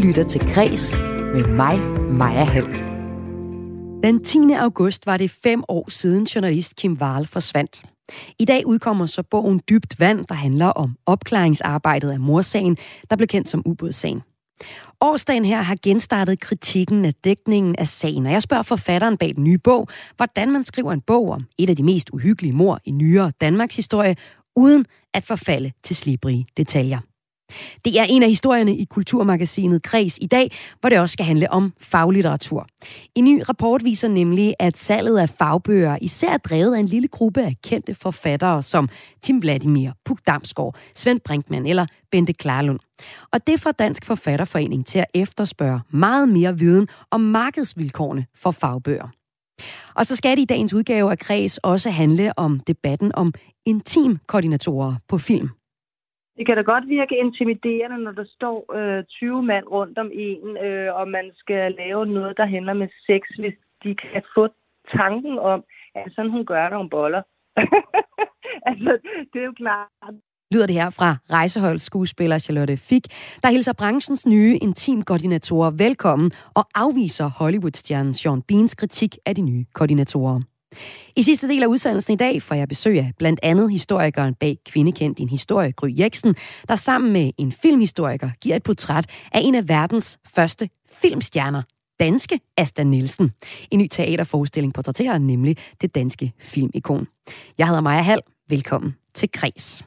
lytter til Kres med mig, Maja Hall. Den 10. august var det 5 år siden journalist Kim Wall forsvandt. I dag udkommer så bogen Dybt Vand, der handler om opklaringsarbejdet af mordsagen, der blev kendt som ubådssagen. Årsdagen her har genstartet kritikken af dækningen af sagen, og jeg spørger forfatteren bag den nye bog, hvordan man skriver en bog om et af de mest uhyggelige mord i nyere Danmarks historie, uden at forfalde til slibrige detaljer. Det er en af historierne i kulturmagasinet Kres i dag, hvor det også skal handle om faglitteratur. En ny rapport viser nemlig, at salget af fagbøger især er drevet af en lille gruppe af kendte forfattere som Tim Vladimir, Puk Damsgaard, Svend Brinkmann eller Bente Klarlund. Og det får Dansk Forfatterforening til at efterspørge meget mere viden om markedsvilkårene for fagbøger. Og så skal det i dagens udgave af Kres også handle om debatten om intimkoordinatorer på film. Det kan da godt virke intimiderende, når der står 20 mand rundt om en, og man skal lave noget, der handler med sex, hvis de kan få tanken om, at sådan hun gør nogle boller. Altså, det er jo klart. Lyder det her fra rejseholdsskuespiller Charlotte Fick, der hilser branchens nye intimkoordinatorer velkommen og afviser Hollywood-stjernen Sean Beans kritik af de nye koordinatorer. I sidste del af udsendelsen i dag får jeg besøg af blandt andet historikeren bag Kvindekendt, din historie, Gry Jeksen, der sammen med en filmhistoriker giver et portræt af en af verdens første filmstjerner, danske Asta Nielsen. En ny teaterforestilling portrætterer nemlig det danske filmikon. Jeg hedder Maja Hall. Velkommen til Kres.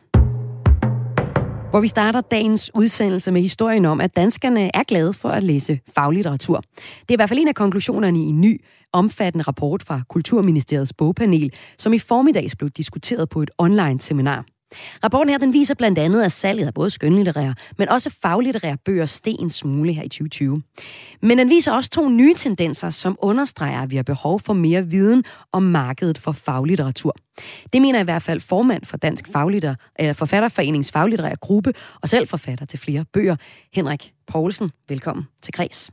Hvor vi starter dagens udsendelse med historien om, at danskerne er glade for at læse faglitteratur. Det er i hvert fald en af konklusionerne i en ny, omfattende rapport fra Kulturministeriets bogpanel, som i formiddags blev diskuteret på et online-seminar. Rapporten her den viser blandt andet, at salget af både skønlitterære, men også faglitterære bøger steg en smule her i 2020. Men den viser også 2 nye tendenser, som understreger, at vi har behov for mere viden om markedet for faglitteratur. Det mener i hvert fald formand for Dansk Forfatterforenings faglitterære gruppe og selv forfatter til flere bøger, Henrik Poulsen. Velkommen til Kres.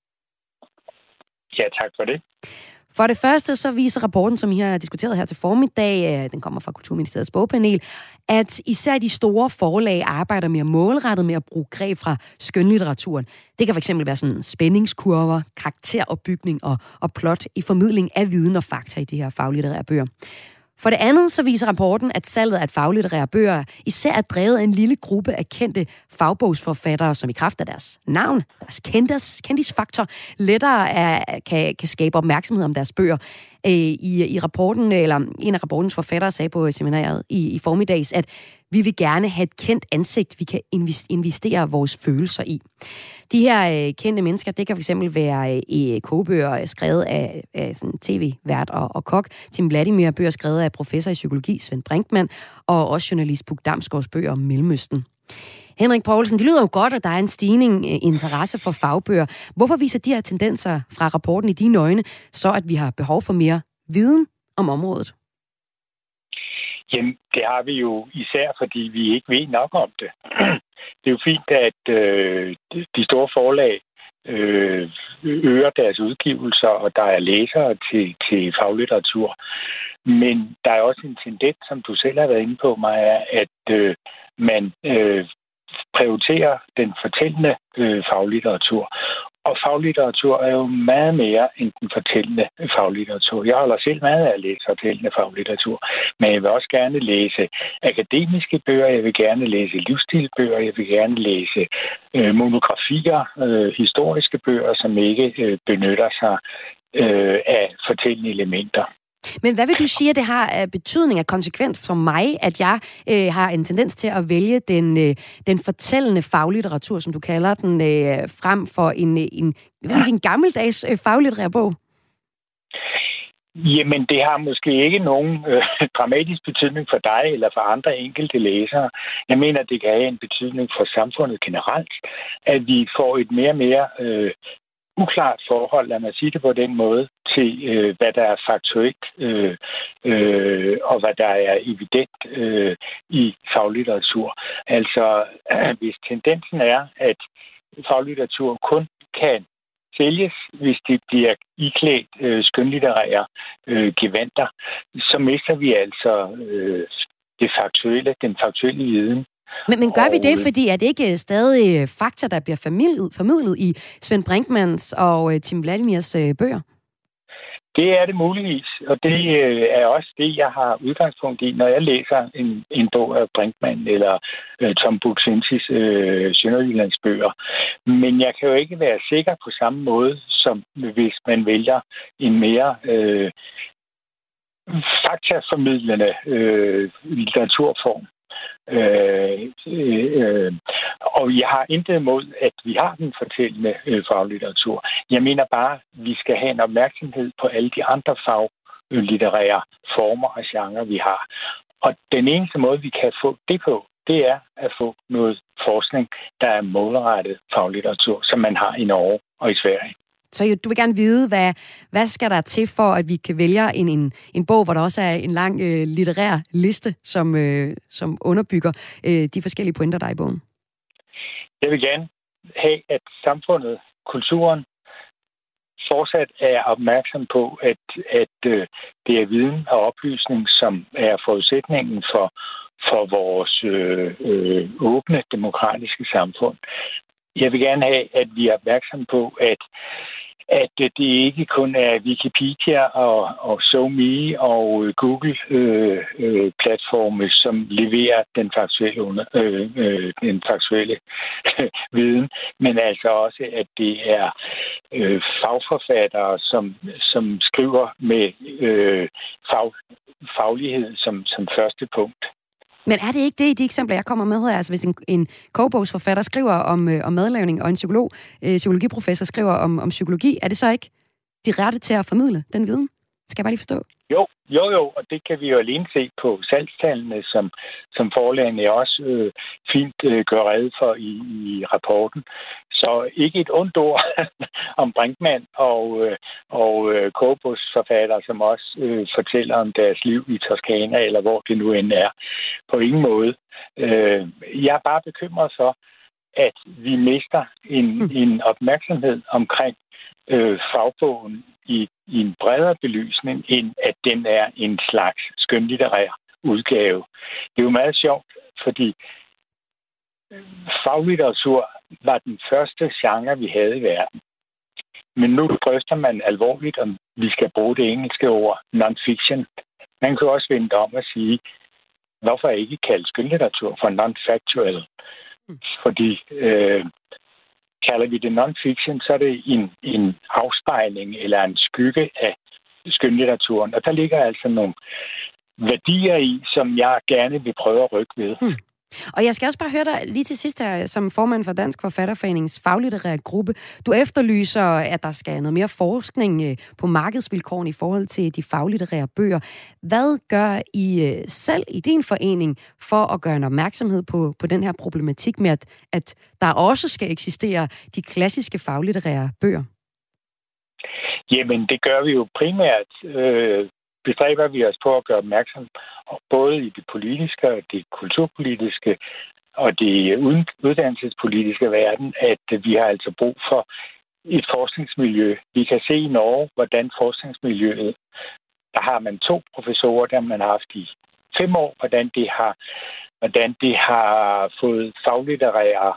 Ja, tak for det. For det første så viser rapporten, som I har diskuteret her til formiddag, den kommer fra Kulturministeriets bogpanel, at især de store forlag arbejder mere målrettet med at bruge greb fra skønlitteraturen. Det kan fx være sådan spændingskurver, karakteropbygning og plot i formidling af viden og fakta i de her faglitterære bøger. For det andet så viser rapporten, at salget af faglitterære bøger især er drevet af en lille gruppe af kendte fagbogsforfattere, som i kraft af deres navn, deres kendisfaktor, lettere kan skabe opmærksomhed om deres bøger. I rapporten, eller en af rapportens forfattere sagde på seminaret i formiddags, at vi vil gerne have et kendt ansigt, vi kan investere vores følelser i. De her kendte mennesker, det kan fx være kogebøger skrevet af sådan tv-vært og kok, Tim Vladimir, bøger skrevet af professor i psykologi Svend Brinkmann, og også journalist Puk Damsgaards bøger om Mellemøsten. Henrik Poulsen, det lyder jo godt, at der er en stigning i interesse for fagbøger. Hvorfor viser de her tendenser fra rapporten i dine øjne, så at vi har behov for mere viden om området? Jamen, det har vi jo især, fordi vi ikke ved nok om det. Det er jo fint, at de store forlag øger deres udgivelser, og der er læsere til faglitteratur. Men der er også en tendens, som du selv har været inde på, Maja, at man prioriterer den fortællende faglitteratur. Og faglitteratur er jo meget mere end den fortællende faglitteratur. Jeg holder selv meget af at læse fortællende faglitteratur, men jeg vil også gerne læse akademiske bøger, jeg vil gerne læse livsstilsbøger, jeg vil gerne læse monografier, historiske bøger, som ikke benytter sig af fortællende elementer. Men hvad vil du sige, at det har betydning af konsekvens for mig, at jeg har en tendens til at vælge den fortællende faglitteratur, som du kalder den, frem for en gammeldags faglitterær bog? Jamen, det har måske ikke nogen dramatisk betydning for dig eller for andre enkelte læsere. Jeg mener, det kan have en betydning for samfundet generelt, at vi får et mere uklart forhold, lad mig sige det på den måde, til hvad der er faktuelt og hvad der er evident i faglitteratur. Altså, hvis tendensen er, at faglitteratur kun kan sælges, hvis det bliver iklædt skønlitterære gevanter, så mister vi altså den faktuelle viden. Men gør vi det, fordi er det ikke stadig fakta, der bliver formidlet i Svend Brinkmanns og Tim Vladimirs bøger? Det er det muligvis, og det er også det, jeg har udgangspunkt i, når jeg læser en bog af Brinkmann eller Tom Buch-Swientys Sønderjyllands bøger. Men jeg kan jo ikke være sikker på samme måde, som hvis man vælger en mere faktaformidlende litteraturform. Og jeg har intet imod, at vi har den fortællende faglitteratur. Jeg mener bare, at vi skal have en opmærksomhed på alle de andre faglitterære former og genrer, vi har. Og den eneste måde, vi kan få det på, det er at få noget forskning, der er målrettet faglitteratur, som man har i Norge og i Sverige. Så du vil gerne vide, hvad skal der til for, at vi kan vælge en bog, hvor der også er en lang litterær liste, som underbygger de forskellige pointer, der er i bogen? Jeg vil gerne have, at samfundet, kulturen, fortsat er opmærksom på, at det er viden og oplysning, som er forudsætningen for vores åbne, demokratiske samfund. Jeg vil gerne have, at vi er opmærksom på, at det ikke kun er Wikipedia og SoMe og Google-platforme, som leverer den faktuelle viden, men altså også, at det er fagforfattere, som skriver med faglighed som første punkt. Men er det ikke det i de eksempler, jeg kommer med her? Altså hvis en kogebogsforfatter skriver om madlavning, og en psykologiprofessor skriver om psykologi, er det så ikke de rette til at formidle den viden? Skal jeg bare lige forstå? Jo, og det kan vi jo alene se på salgstallene, som forlagene også fint gør rede for i rapporten. Så ikke et ondt ord om Brinkmann og kogebogsforfattere, som også fortæller om deres liv i Toskana, eller hvor det nu end er. På ingen måde. Jeg er bare bekymret for, at vi mister en opmærksomhed omkring fagbogen i en bredere belysning, end at den er en slags skønlitterær udgave. Det er jo meget sjovt, fordi faglitteratur var den første genre, vi havde i verden. Men nu drøfter man alvorligt, om vi skal bruge det engelske ord non-fiction. Man kan også vende om og sige, hvorfor ikke kalde skønlitteratur for non-factual? Fordi kalder vi det non-fiction, så er det en afspejling eller en skygge af skønlitteraturen. Og der ligger altså nogle værdier i, som jeg gerne vil prøve at rykke ved. Og jeg skal også bare høre dig lige til sidst her, som formand for Dansk Forfatterforenings faglitterære gruppe. Du efterlyser, at der skal noget mere forskning på markedsvilkårene i forhold til de faglitterære bøger. Hvad gør I selv i din forening for at gøre en opmærksomhed på den her problematik med, at der også skal eksistere de klassiske faglitterære bøger? Jamen, det gør vi jo primært. Bestræber vi os på at gøre opmærksom både i det politiske og det kulturpolitiske og det uddannelsespolitiske verden, at vi har altså brug for et forskningsmiljø. Vi kan se i Norge, hvordan forskningsmiljøet, der har man 2 professorer, der man har haft i 5 år, hvordan det har fået faglitterære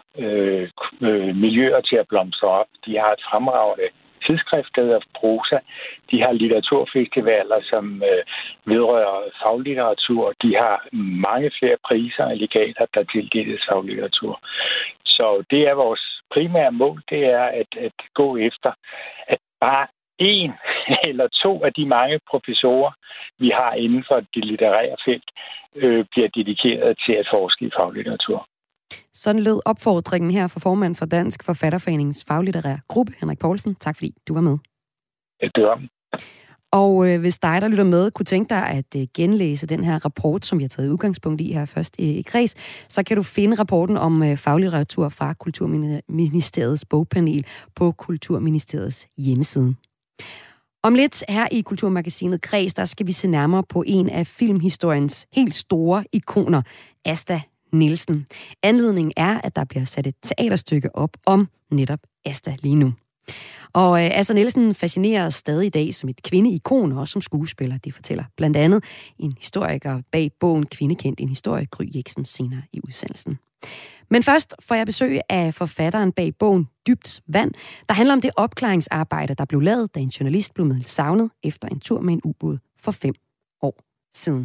miljøer til at blomstre op. De har et fremragende tidsskrift, der hedder Prosa. De har litteraturfestivaler, som vedrører faglitteratur. De har mange flere priser og legater, der tildeles faglitteratur. Så det er vores primære mål, det er at gå efter, at bare 1 eller 2 af de mange professorer, vi har inden for det litterære felt, bliver dedikeret til at forske i faglitteratur. Sådan lød opfordringen her fra formand for Dansk Forfatterforenings faglitterære gruppe, Henrik Poulsen. Tak fordi du var med. Det var. Og hvis dig, der lytter med, kunne tænke dig at genlæse den her rapport, som vi har taget udgangspunkt i her først i Kreds, så kan du finde rapporten om faglitteratur fra Kulturministeriets bogpanel på Kulturministeriets hjemmeside. Om lidt her i Kulturmagasinet Kreds, der skal vi se nærmere på en af filmhistoriens helt store ikoner, Asta Nielsen. Anledningen er, at der bliver sat et teaterstykke op om netop Asta lige nu. Og Asta Nielsen fascinerer stadig i dag som et kvindeikon, og også som skuespiller. Det fortæller blandt andet en historiker bag bogen Kvindekendt, en historie, Gry Jeksen, senere i udsendelsen. Men først får jeg besøg af forfatteren bag bogen Dybt Vand, der handler om det opklaringsarbejde, der blev lavet, da en journalist blev meldt savnet efter en tur med en ubåd for 5 år siden.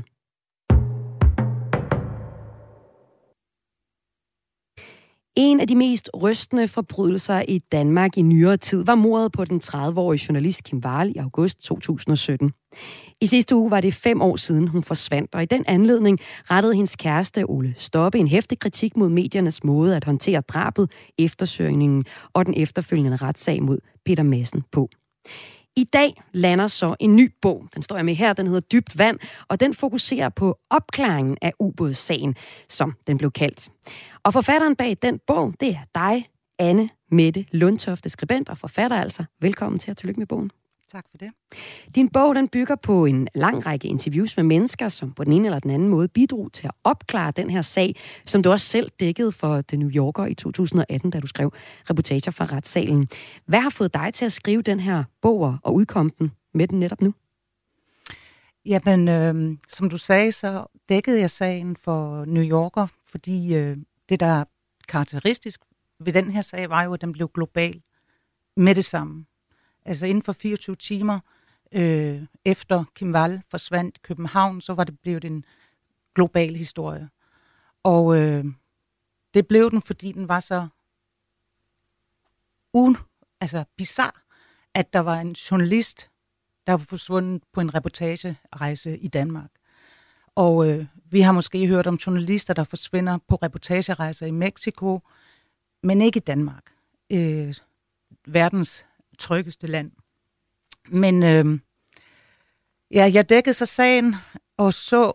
En af de mest rystende forbrydelser i Danmark i nyere tid var mordet på den 30-årige journalist Kim Wall i august 2017. I sidste uge var det 5 år siden, hun forsvandt, og i den anledning rettede hendes kæreste Ole Stoppe en heftig kritik mod mediernes måde at håndtere drabet, eftersøgningen og den efterfølgende retssag mod Peter Madsen på. I dag lander så en ny bog. Den står jeg med her, den hedder Dybt Vand, og den fokuserer på opklaringen af ubådssagen, som den blev kaldt. Og forfatteren bag den bog, det er dig, Anne Mette Lundtofte, skribent og forfatter altså. Velkommen til at tillykke med bogen. Tak for det. Din bog, den bygger på en lang række interviews med mennesker, som på den ene eller den anden måde bidrog til at opklare den her sag, som du også selv dækkede for The New Yorker i 2018, da du skrev reportager fra retssalen. Hvad har fået dig til at skrive den her bog og udkomme den med den netop nu? Jamen, som du sagde, så dækkede jeg sagen for New Yorker, fordi det, der er karakteristisk ved den her sag, var jo, at den blev global med det samme. Altså inden for 24 timer efter Kim Wall forsvandt i København, så var det blevet en global historie. Og det blev den, fordi den var så bizarre, at der var en journalist, der var forsvundet på en reportagerejse i Danmark. Og vi har måske hørt om journalister, der forsvinder på reportagerejser i Mexico, men ikke i Danmark. Verdens tryggeste land. Men jeg dækkede så sagen, og så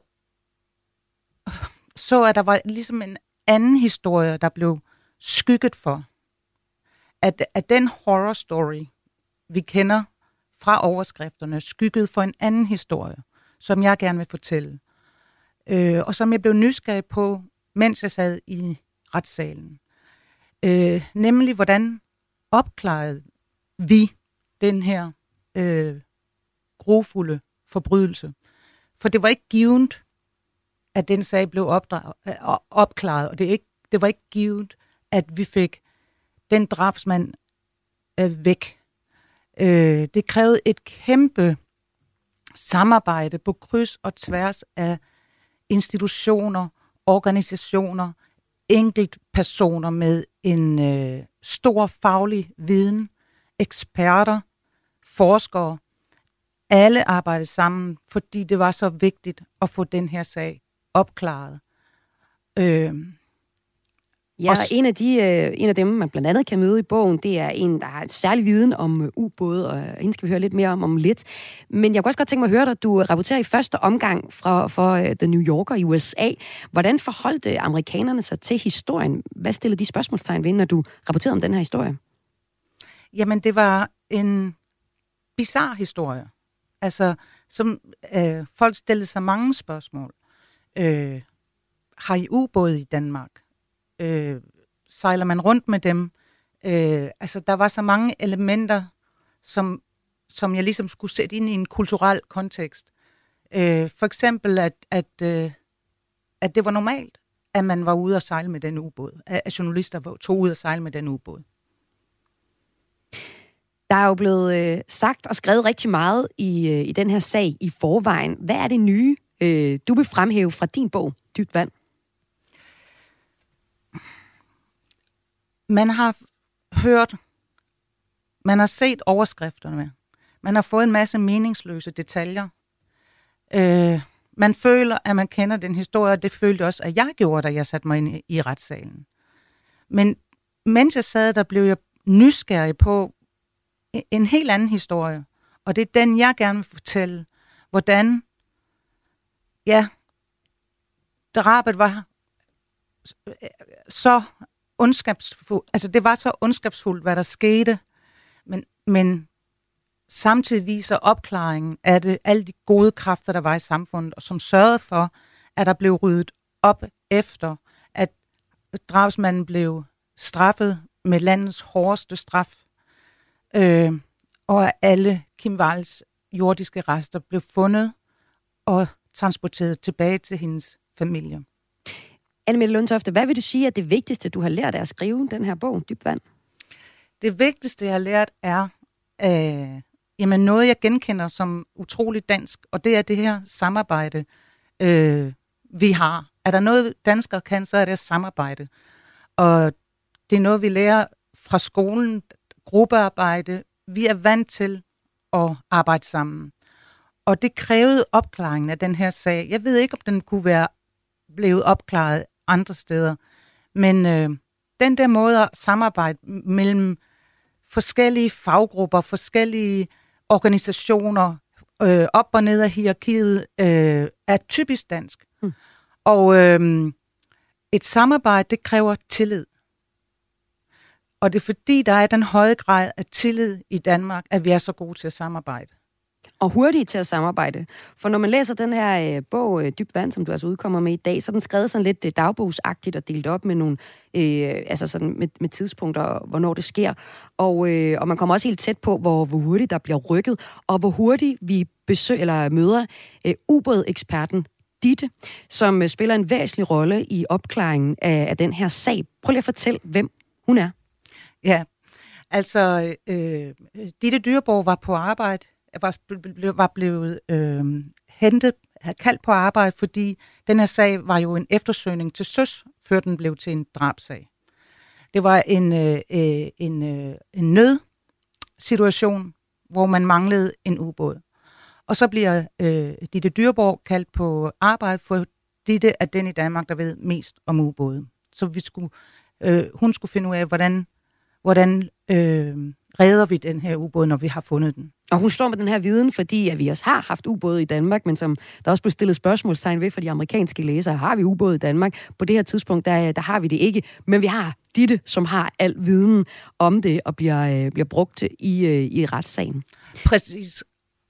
at der var ligesom en anden historie, der blev skygget for. At den horror story, vi kender fra overskrifterne, skygget for en anden historie, som jeg gerne vil fortælle. Og som jeg blev nysgerrig på, mens jeg sad i retssalen. Nemlig, hvordan opklarede vi den her grufulde forbrydelse. For det var ikke givet, at den sag blev opklaret, og det var ikke givet, at vi fik den drabsmand væk. Det krævede et kæmpe samarbejde på kryds og tværs af institutioner, organisationer, enkeltpersoner med en stor faglig viden, eksperter, forskere, alle arbejdede sammen, fordi det var så vigtigt at få den her sag opklaret. Ja, og en af dem, man blandt andet kan møde i bogen, det er en, der har en særlig viden om ubåde, og hende skal vi høre lidt mere om lidt. Men jeg kunne også godt tænke mig at høre dig, du rapporterer i første omgang for The New Yorker i USA. Hvordan forholdt amerikanerne sig til historien? Hvad stillede de spørgsmålstegn ved, når du rapporterede om den her historie? Jamen, det var en bizarre historie. Altså, som folk stillede sig mange spørgsmål. Har I ubåde i Danmark? Sejler man rundt med dem? Altså, der var så mange elementer, som jeg ligesom skulle sætte ind i en kulturel kontekst. For eksempel, at det var normalt, at man var ude og sejle med den ubåd. At journalister tog ud og sejle med den ubåd. Der er jo blevet sagt og skrevet rigtig meget i den her sag i forvejen. Hvad er det nye, du vil fremhæve fra din bog, Dybt Vand? Man har hørt, man har set overskrifterne, man har fået en masse meningsløse detaljer. Man føler, at man kender den historie, og det følte også, at jeg gjorde, da jeg satte mig ind i retssalen. Men mens jeg sad, der blev jeg nysgerrig på en helt anden historie, og det er den, jeg gerne vil fortælle, hvordan, drabet var så ondskabsfuldt, altså det var så ondskabsfuldt, hvad der skete, men samtidig viser opklaringen af det, alle de gode kræfter, der var i samfundet, og som sørgede for, at der blev ryddet op efter, at drabsmanden blev straffet med landets hårdeste straf, og at alle Kim Walls jordiske rester blev fundet og transporteret tilbage til hendes familie. Anne-Mette Lundtofte, hvad vil du sige er det vigtigste, du har lært af at skrive den her bog, Dybt Vand? Det vigtigste, jeg har lært, er noget, jeg genkender som utroligt dansk, og det er det her samarbejde, vi har. Er der noget, danskere kan, så er det samarbejde. Og det er noget, vi lærer fra skolen, gruppearbejde. Vi er vant til at arbejde sammen. Og det krævede opklaringen af den her sag. Jeg ved ikke, om den kunne være blevet opklaret andre steder. Men den der måde at samarbejde mellem forskellige faggrupper, forskellige organisationer, op og ned af hierarkiet, er typisk dansk. Og et samarbejde, det kræver tillid. Og det er fordi, der er den høje grad af tillid i Danmark, at vi er så gode til at samarbejde. Og hurtigt til at samarbejde. For når man læser den her bog, Dybt Vand, som du altså udkommer med i dag, så er den skrevet sådan lidt dagbogsagtigt og delt op med nogle, med tidspunkter, hvornår det sker. Og man kommer også helt tæt på, hvor hurtigt der bliver rykket, og hvor hurtigt vi møder ubådeksperten Ditte, som spiller en væsentlig rolle i opklaringen af den her sag. Prøv lige at fortælle, hvem hun er. Ja, altså Ditte Dyreborg var på arbejde, var blevet kaldt på arbejde, fordi den her sag var jo en eftersøgning til søs, før den blev til en drabsag. Det var en nødsituation, hvor man manglede en ubåd. Og så bliver Ditte Dyreborg kaldt på arbejde, for Ditte er den i Danmark, der ved mest om ubåde. Så hun skulle finde ud af, hvordan redder vi den her ubåd, når vi har fundet den. Og hun står med den her viden, fordi at vi også har haft ubåde i Danmark, men som der også blev stillet spørgsmålstegn ved for de amerikanske læsere. Har vi ubåde i Danmark? På det her tidspunkt, der har vi det ikke. Men vi har Ditte, som har al viden om det og bliver brugt i retssagen. Præcis.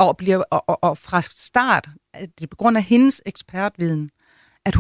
Og fra start, det er på grund af hendes ekspertviden, at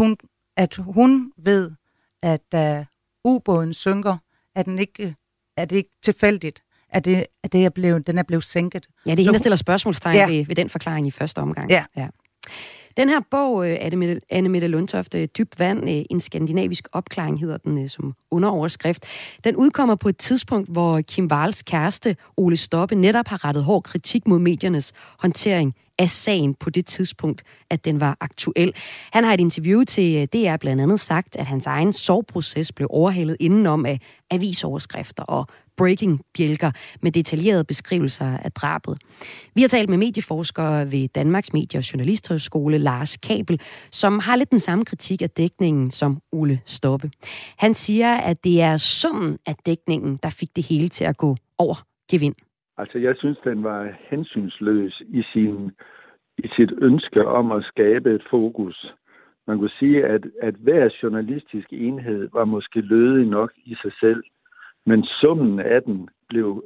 hun ved, at da ubåden synker, er det ikke tilfældigt, at den er blevet sænket. Ja, det er hende, der stiller spørgsmålstegn ved den forklaring i første omgang. Ja. Den her bog, Anne-Mette Lundtofte, Dybt Vand, en skandinavisk opklaring, hedder den som underoverskrift. Den udkommer på et tidspunkt, hvor Kim Walls kæreste, Ole Stoppe, netop har rettet hård kritik mod mediernes håndtering af sagen på det tidspunkt, at den var aktuel. Han har i et interview til DR blandt andet sagt, at hans egen sorgproces blev overhalet indenom af avisoverskrifter og breaking-bjælker med detaljerede beskrivelser af drabet. Vi har talt med medieforskere ved Danmarks Medie- og Journalisthøjskole, Lars Kabel, som har lidt den samme kritik af dækningen som Ole Stoppe. Han siger, at det er summen af dækningen, der fik det hele til at gå over gevind. Altså, jeg synes, den var hensynsløs i sit ønske om at skabe et fokus. Man kunne sige, at hver journalistisk enhed var måske lødig nok i sig selv, men summen af den blev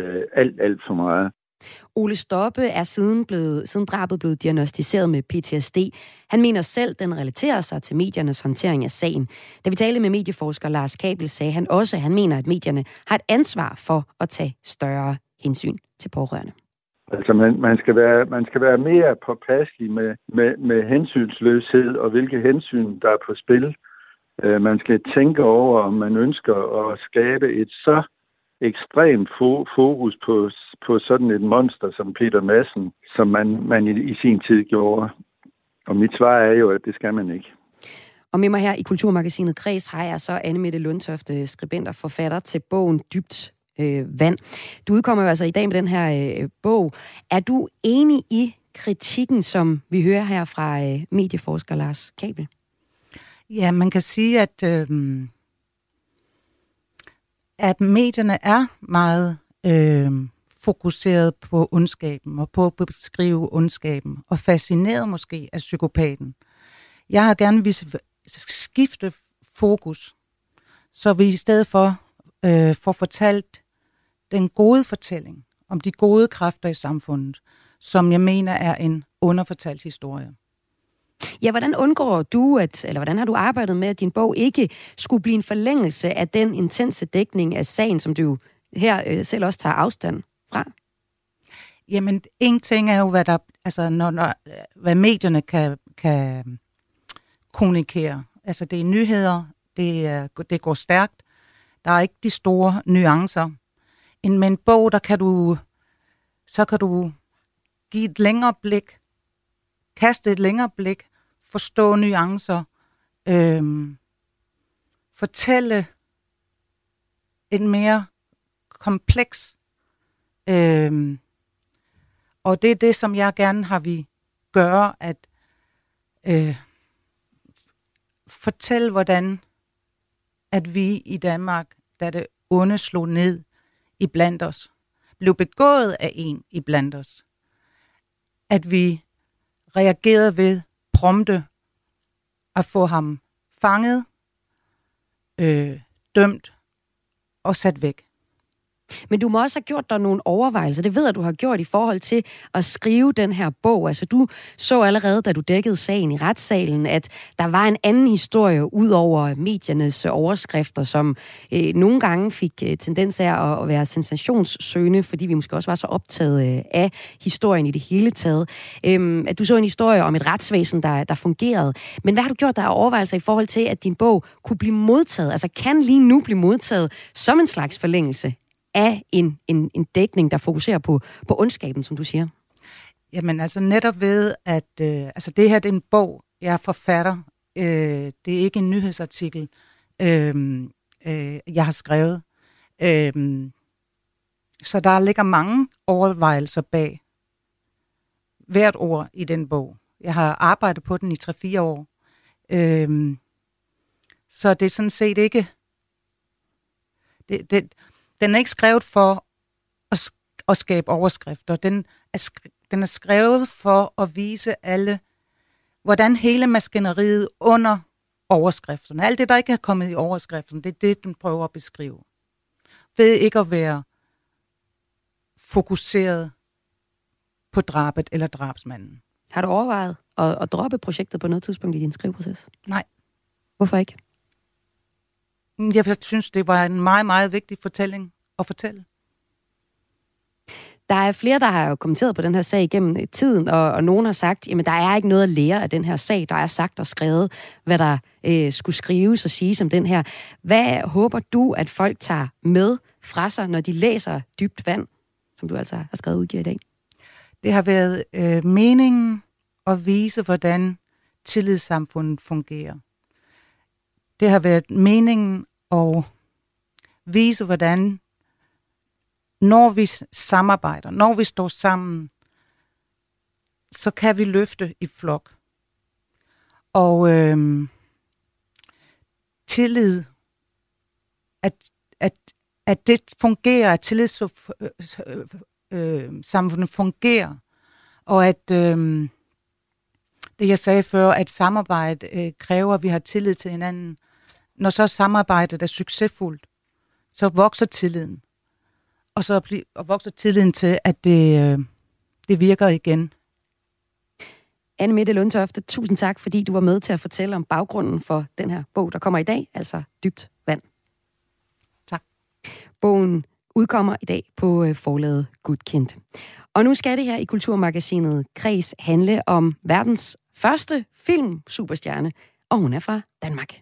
alt for meget. Ole Stoppe er siden drabet blevet diagnosticeret med PTSD. Han mener selv, den relaterer sig til mediernes håndtering af sagen. Da vi talte med medieforsker Lars Kabel, sagde han også, at han mener, at medierne har et ansvar for at tage større hensyn til pårørende. Altså man skal være mere påpasselig med hensynsløshed og hvilke hensyn der er på spil. Man skal tænke over, om man ønsker at skabe et så ekstremt fokus på sådan et monster som Peter Madsen, som man i sin tid gjorde. Og mit svar er jo, at det skal man ikke. Og med mig her i Kulturmagasinet Kreds har jeg så Anne-Mette Lundtofte, skribent og forfatter til bogen Dybt Vand. Du udkommer jo altså i dag med den her bog. Er du enig i kritikken, som vi hører her fra medieforsker Lars Kabel? Ja, man kan sige, at medierne er meget fokuseret på ondskaben og på at beskrive ondskaben og fascineret måske af psykopaten. Jeg har gerne vil skifte fokus, så vi i stedet for får fortalt den gode fortælling om de gode kræfter i samfundet, som jeg mener er en underfortalt historie. Ja, hvordan undgår du, hvordan har du arbejdet med, at din bog ikke skulle blive en forlængelse af den intense dækning af sagen, som du her selv også tager afstand fra? Jamen, en ting er jo, hvad medierne kan kommunikere. Altså, det er nyheder. Det går stærkt. Der er ikke de store nuancer. Med en bog, der kan du give et længere blik, kaste et længere blik, forstå nuancer, fortælle en mere kompleks. Og det er det, som jeg gerne har vi gøre, at fortælle, hvordan at vi i Danmark, da det onde slog ned i blandt os, blev begået af en i blandt os, at vi reagerede ved prompte at få ham fanget, dømt og sat væk. Men du må også have gjort dig nogle overvejelser. Det ved jeg, du har gjort i forhold til at skrive den her bog. Altså, du så allerede, da du dækkede sagen i retssalen, at der var en anden historie ud over mediernes overskrifter, som nogle gange fik tendens af at være sensationssøgende, fordi vi måske også var så optaget af historien i det hele taget. At du så en historie om et retsvæsen, der fungerede. Men hvad har du gjort dig af overvejelser i forhold til, at din bog kunne blive modtaget? Altså, kan lige nu blive modtaget som en slags forlængelse af en dækning, der fokuserer på ondskaben, som du siger? Jamen altså netop ved, at det her det er en bog, jeg er forfatter. Det er ikke en nyhedsartikel, jeg har skrevet. Så der ligger mange overvejelser bag hvert ord i den bog. Jeg har arbejdet på den i 3-4 år. Så det er sådan set ikke... Den er ikke skrevet for at skabe overskrifter. Den er skrevet for at vise alle, hvordan hele maskineriet under overskrifterne, alt det, der ikke er kommet i overskriften, det er det, den prøver at beskrive. Ved ikke at være fokuseret på drabet eller drabsmanden. Har du overvejet at droppe projektet på noget tidspunkt i din skriveproces? Nej. Hvorfor ikke? Jeg synes, det var en meget, meget vigtig fortælling at fortælle. Der er flere, der har kommenteret på den her sag igennem tiden, og nogen har sagt, jamen der er ikke noget at lære af den her sag. Der er sagt og skrevet, hvad der skulle skrives og siges om den her. Hvad håber du, at folk tager med fra sig, når de læser Dybt Vand, som du altså har skrevet og udgiver i dag? Det har været meningen at vise, hvordan tillidssamfundet fungerer. Det har været meningen at vise, hvordan når vi samarbejder, når vi står sammen, så kan vi løfte i flok. Og tillid, at det fungerer, at tillidssamfundet fungerer, og at det jeg sagde før, at samarbejde kræver, at vi har tillid til hinanden. Når så samarbejdet er succesfuldt, så vokser tilliden. Og så vokser tilliden til, at det virker igen. Anne Mette Lundtofte, tusind tak, fordi du var med til at fortælle om baggrunden for den her bog, der kommer i dag, altså Dybt Vand. Tak. Bogen udkommer i dag på forlaget Gudkendt. Og nu skal det her i Kulturmagasinet Kreds handle om verdens første film-superstjerne, og hun er fra Danmark.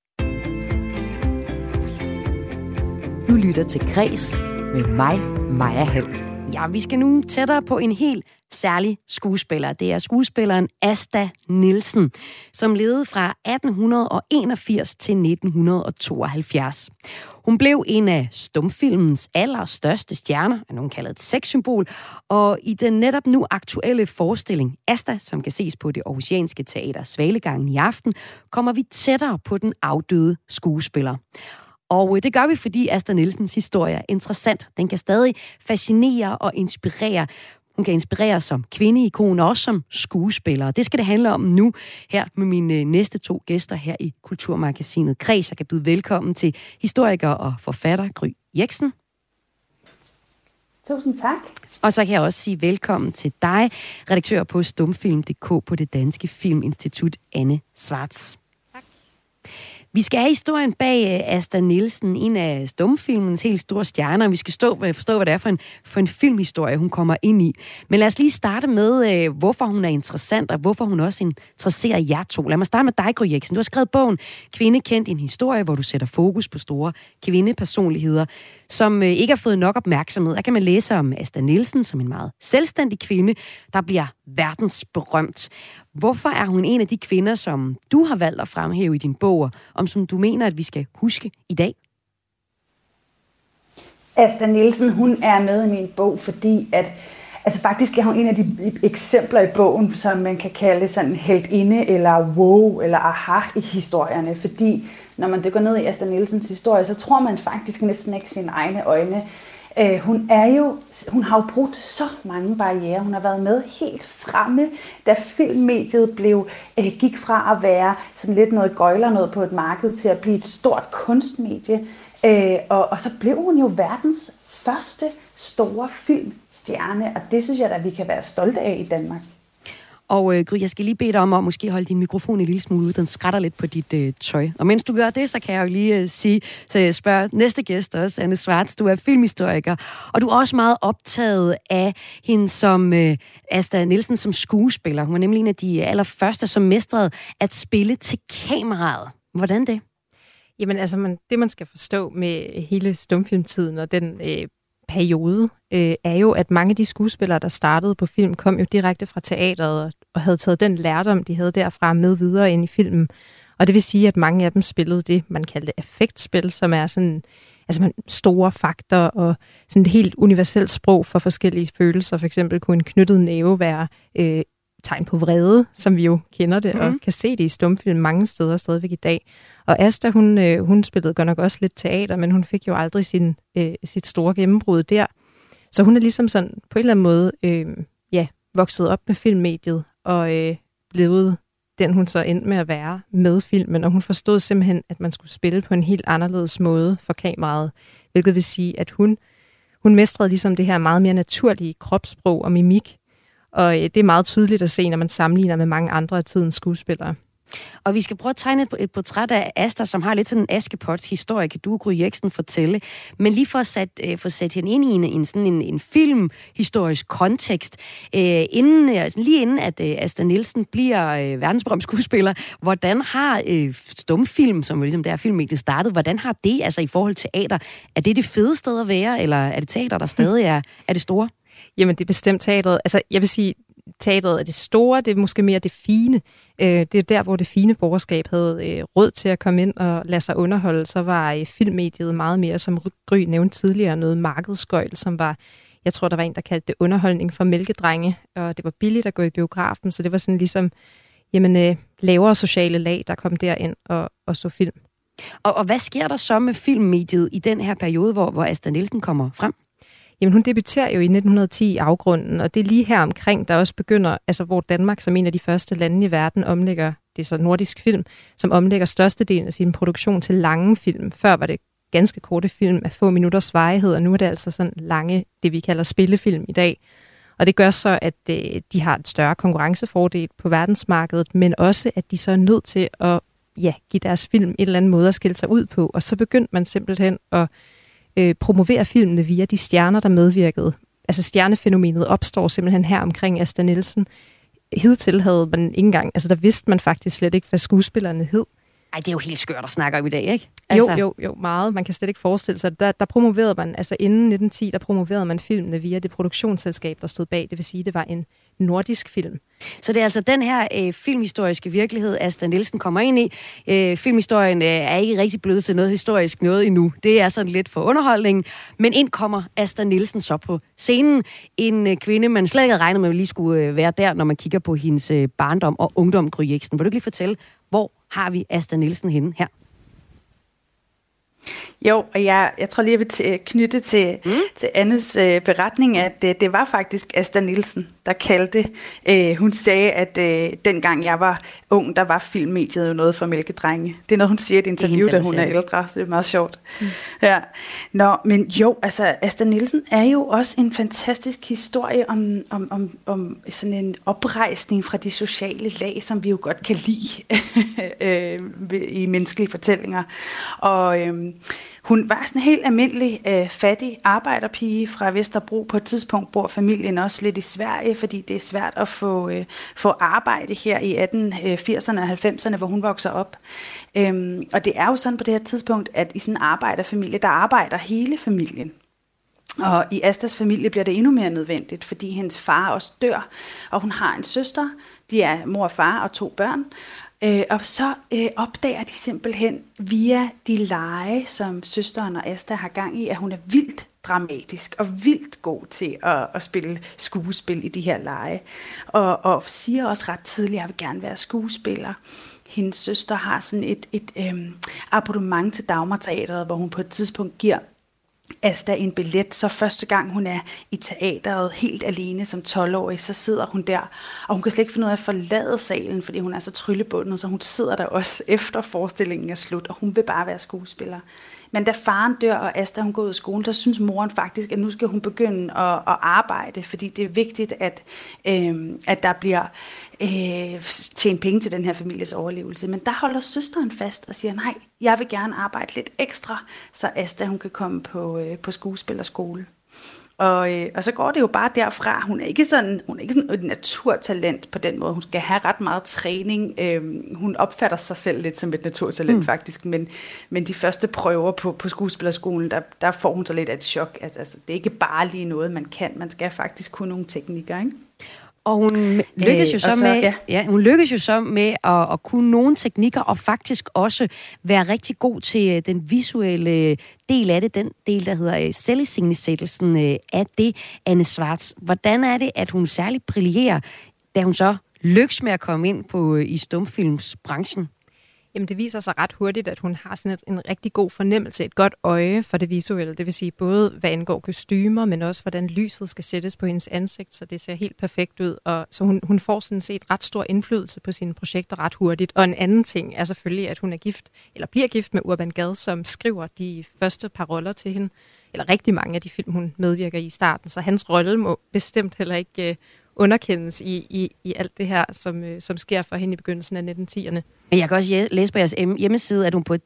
Du lytter til Kreds med mig, Maja Hall. Ja, vi skal nu tættere på en helt særlig skuespiller. Det er skuespilleren Asta Nielsen, som levede fra 1881 til 1972. Hun blev en af stumfilmens allerstørste stjerner, af nogen kaldet et sexsymbol, og i den netop nu aktuelle forestilling Asta, som kan ses på det aarhusianske teater Svalegangen i aften, kommer vi tættere på den afdøde skuespiller. Og det gør vi, fordi Asta Nielsens historie er interessant. Den kan stadig fascinere og inspirere. Hun kan inspirere som kvindeikon og også som skuespiller. Det skal det handle om nu, her med mine næste 2 gæster her i Kulturmagasinet Kreds. Jeg kan byde velkommen til historiker og forfatter Gry Jeksen. Tusind tak. Og så kan jeg også sige velkommen til dig, redaktør på Stumfilm.dk på Det Danske Filminstitut, Anne Schwartz. Tak. Vi skal have historien bag Asta Nielsen, en af stumfilmens helt store stjerner. Vi skal forstå, hvad det er for en filmhistorie, hun kommer ind i. Men lad os lige starte med, hvorfor hun er interessant, og hvorfor hun også interesserer jer to. Lad mig starte med dig, Gry Jexen. Du har skrevet bogen Kvinde kendt, en historie, hvor du sætter fokus på store kvindepersonligheder, som ikke har fået nok opmærksomhed. Der kan man læse om Asta Nielsen som en meget selvstændig kvinde, der bliver verdensberømt. Hvorfor er hun en af de kvinder, som du har valgt at fremhæve i din bog, om som du mener, at vi skal huske i dag? Asta Nielsen, hun er med i min bog, fordi at faktisk er hun en af de eksempler i bogen, som man kan kalde sådan heltinde eller wow eller aha i historierne. Fordi når man dykker ned i Asta Nielsens historie, så tror man faktisk næsten ikke sine egne øjne. Hun har jo brudt så mange barrierer. Hun har været med helt fremme, da filmmediet gik fra at være sådan lidt noget gøjler noget på et marked til at blive et stort kunstmedie. Og så blev hun jo verdens første store filmstjerne, og det synes jeg da, vi kan være stolte af i Danmark. Og Gry, jeg skal lige bede dig om at måske holde din mikrofon en lille smule ud. Den skrætter lidt på dit tøj. Og mens du gør det, så kan jeg jo lige så jeg spørger næste gæst også, Anne Schwartz. Du er filmhistoriker, og du er også meget optaget af hende som Asta Nielsen som skuespiller. Hun var nemlig en af de allerførste, som mestrede at spille til kameraet. Hvordan det? Jamen altså, det man skal forstå med hele stumfilmtiden og den periode, er jo, at mange af de skuespillere, der startede på film, kom jo direkte fra teateret og havde taget den lærdom, de havde derfra med videre ind i filmen. Og det vil sige, at mange af dem spillede det, man kaldte affektspil, som er sådan store fakter og sådan et helt universelt sprog for forskellige følelser. For eksempel kunne en knyttet næve være tegn på vrede, som vi jo kender det, og kan se det i stumfilm mange steder stadigvæk i dag. Og Asta, hun spillede godt nok også lidt teater, men hun fik jo aldrig sit store gennembrud der. Så hun er ligesom sådan på en eller anden måde vokset op med filmmediet og blevet den, hun så endte med at være med filmen. Og hun forstod simpelthen, at man skulle spille på en helt anderledes måde for kameraet, hvilket vil sige, at hun mestrede ligesom det her meget mere naturlige kropssprog og mimik. Og det er meget tydeligt at se, når man sammenligner med mange andre af tidens skuespillere. Og vi skal prøve at tegne et portræt af Asta, som har lidt sådan en Askepot-historie, kan du, Gry Jexen, fortælle. Men lige for at sætte hende ind i en filmhistorisk kontekst, lige inden at Asta Nielsen bliver verdensberømt skuespiller, hvordan har stumfilm, som jo ligesom der filmmediet startede, hvordan har det altså i forhold til teater? Er det fede sted at være, eller er det teater, der stadig er det store? Jamen, det er bestemt teatret. Altså, jeg vil sige, teatret er det store, det er måske mere det fine. Det er der, hvor det fine borgerskab havde råd til at komme ind og lade sig underholde. Så var filmmediet meget mere, som Gry nævnte tidligere, noget markedsgøjl, som var, jeg tror, der var en, der kaldte det underholdning for mælkedrenge, og det var billigt at gå i biografen, så det var sådan ligesom, lavere sociale lag, der kom derind og så film. Og hvad sker der så med filmmediet i den her periode, hvor Asta Nielsen kommer frem? Jamen, hun debuterer jo i 1910 i Afgrunden, og det er lige her omkring, der også begynder, altså hvor Danmark som en af de første lande i verden omlægger, det er så nordisk film, som omlægger størstedelen af sin produktion til lange film. Før var det ganske korte film af få minutters varighed, og nu er det altså sådan lange, det vi kalder spillefilm i dag. Og det gør så, at de har et større konkurrencefordel på verdensmarkedet, men også, at de så er nødt til at give deres film et eller andet måde at skille sig ud på. Og så begyndte man simpelthen at promovere filmene via de stjerner, der medvirkede. Altså stjernefænomenet opstår simpelthen her omkring Asta Nielsen. Hidtil havde man ikke engang, altså der vidste man faktisk slet ikke, hvad skuespillerne hed. Ej, det er jo helt skørt at snakke om i dag, ikke? Altså... Jo, meget. Man kan slet ikke forestille sig. Der promoverede man, altså inden 1910, der promoverede man filmene via det produktionsselskab, der stod bag. Det vil sige, det var en nordisk film. Så det er altså den her filmhistoriske virkelighed, Asta Nielsen kommer ind i. Filmhistorien er ikke rigtig blevet til noget historisk noget endnu. Det er sådan lidt for underholdning. Men ind kommer Asta Nielsen så på scenen. En kvinde, man slet ikke havde regnet med, at lige skulle være der, når man kigger på hendes barndom og ungdom, Gry Jexen. Vil du ikke lige fortælle, hvor har vi Asta Nielsen henne her? Jo, og jeg tror lige, jeg vil knytte til Annes beretning, at det var faktisk Asta Nielsen, der kaldte. Hun sagde, at dengang jeg var ung, der var filmmediet jo noget for mælkedrenge. Det er noget, hun siger i et interview, da hun er ældre. Så det er meget sjovt. Ja. Nå, men jo, altså Asta Nielsen er jo også en fantastisk historie om sådan en oprejsning fra de sociale lag, som vi jo godt kan lide i menneskelige fortællinger. Og hun var sådan en helt almindelig fattig arbejderpige fra Vesterbro. På et tidspunkt bor familien også lidt i Sverige, fordi det er svært at få arbejde her i 1880'erne og 90'erne, hvor hun vokser op. Og det er jo sådan på det her tidspunkt, at i sådan en arbejderfamilie, der arbejder hele familien. Og i Astas familie bliver det endnu mere nødvendigt, fordi hendes far også dør, og hun har en søster. De er mor og far og 2 børn. Og så opdager de simpelthen via de lege, som søsteren og Asta har gang i, at hun er vildt dramatisk og vildt god til at spille skuespil i de her lege. Og siger også ret tidligt, at jeg vil gerne være skuespiller. Hendes søster har sådan et abonnement til Dagmarteatret, hvor hun på et tidspunkt giver Asta en billet, så første gang hun er i teateret helt alene som 12-årig, så sidder hun der, og hun kan slet ikke finde ud af at forlade salen, fordi hun er så tryllebundet, så hun sidder der også efter forestillingen er slut, og hun vil bare være skuespiller. Men da faren dør, og Asta hun går ud af skolen, så synes moren faktisk, at nu skal hun begynde at arbejde, fordi det er vigtigt, at der bliver tjent penge til den her families overlevelse. Men der holder søsteren fast og siger, nej, jeg vil gerne arbejde lidt ekstra, så Asta hun kan komme på skuespillerskole. Og så går det jo bare derfra. Hun er ikke sådan et naturtalent på den måde. Hun skal have ret meget træning. Hun opfatter sig selv lidt som et naturtalent faktisk, men de første prøver på skuespillerskolen, der får hun så lidt af et chok. Altså, det er ikke bare lige noget, man kan. Man skal faktisk kunne nogle teknikker, ikke? Og hun lykkes jo så med at kunne nogle teknikker, og faktisk også være rigtig god til den visuelle del af det, den del, der hedder selviscenesættelsen af det, Anne Schwartz. Hvordan er det, at hun særligt brillerer, da hun så lykkes med at komme ind i stumfilmsbranchen? Jamen, det viser sig ret hurtigt, at hun har sådan en rigtig god fornemmelse, et godt øje for det visuelle. Det vil sige både, hvad angår kostymer, men også, hvordan lyset skal sættes på hendes ansigt, så det ser helt perfekt ud. Og så hun får sådan set ret stor indflydelse på sine projekter ret hurtigt. Og en anden ting er selvfølgelig, at hun er gift, eller bliver gift med Urban Gad, som skriver de første par roller til hende, eller rigtig mange af de film, hun medvirker i starten. Så hans rolle må bestemt heller ikke underkendes i alt det her, som sker for hende i begyndelsen af 1910'erne. Men jeg kan også læse på jeres hjemmeside, at hun på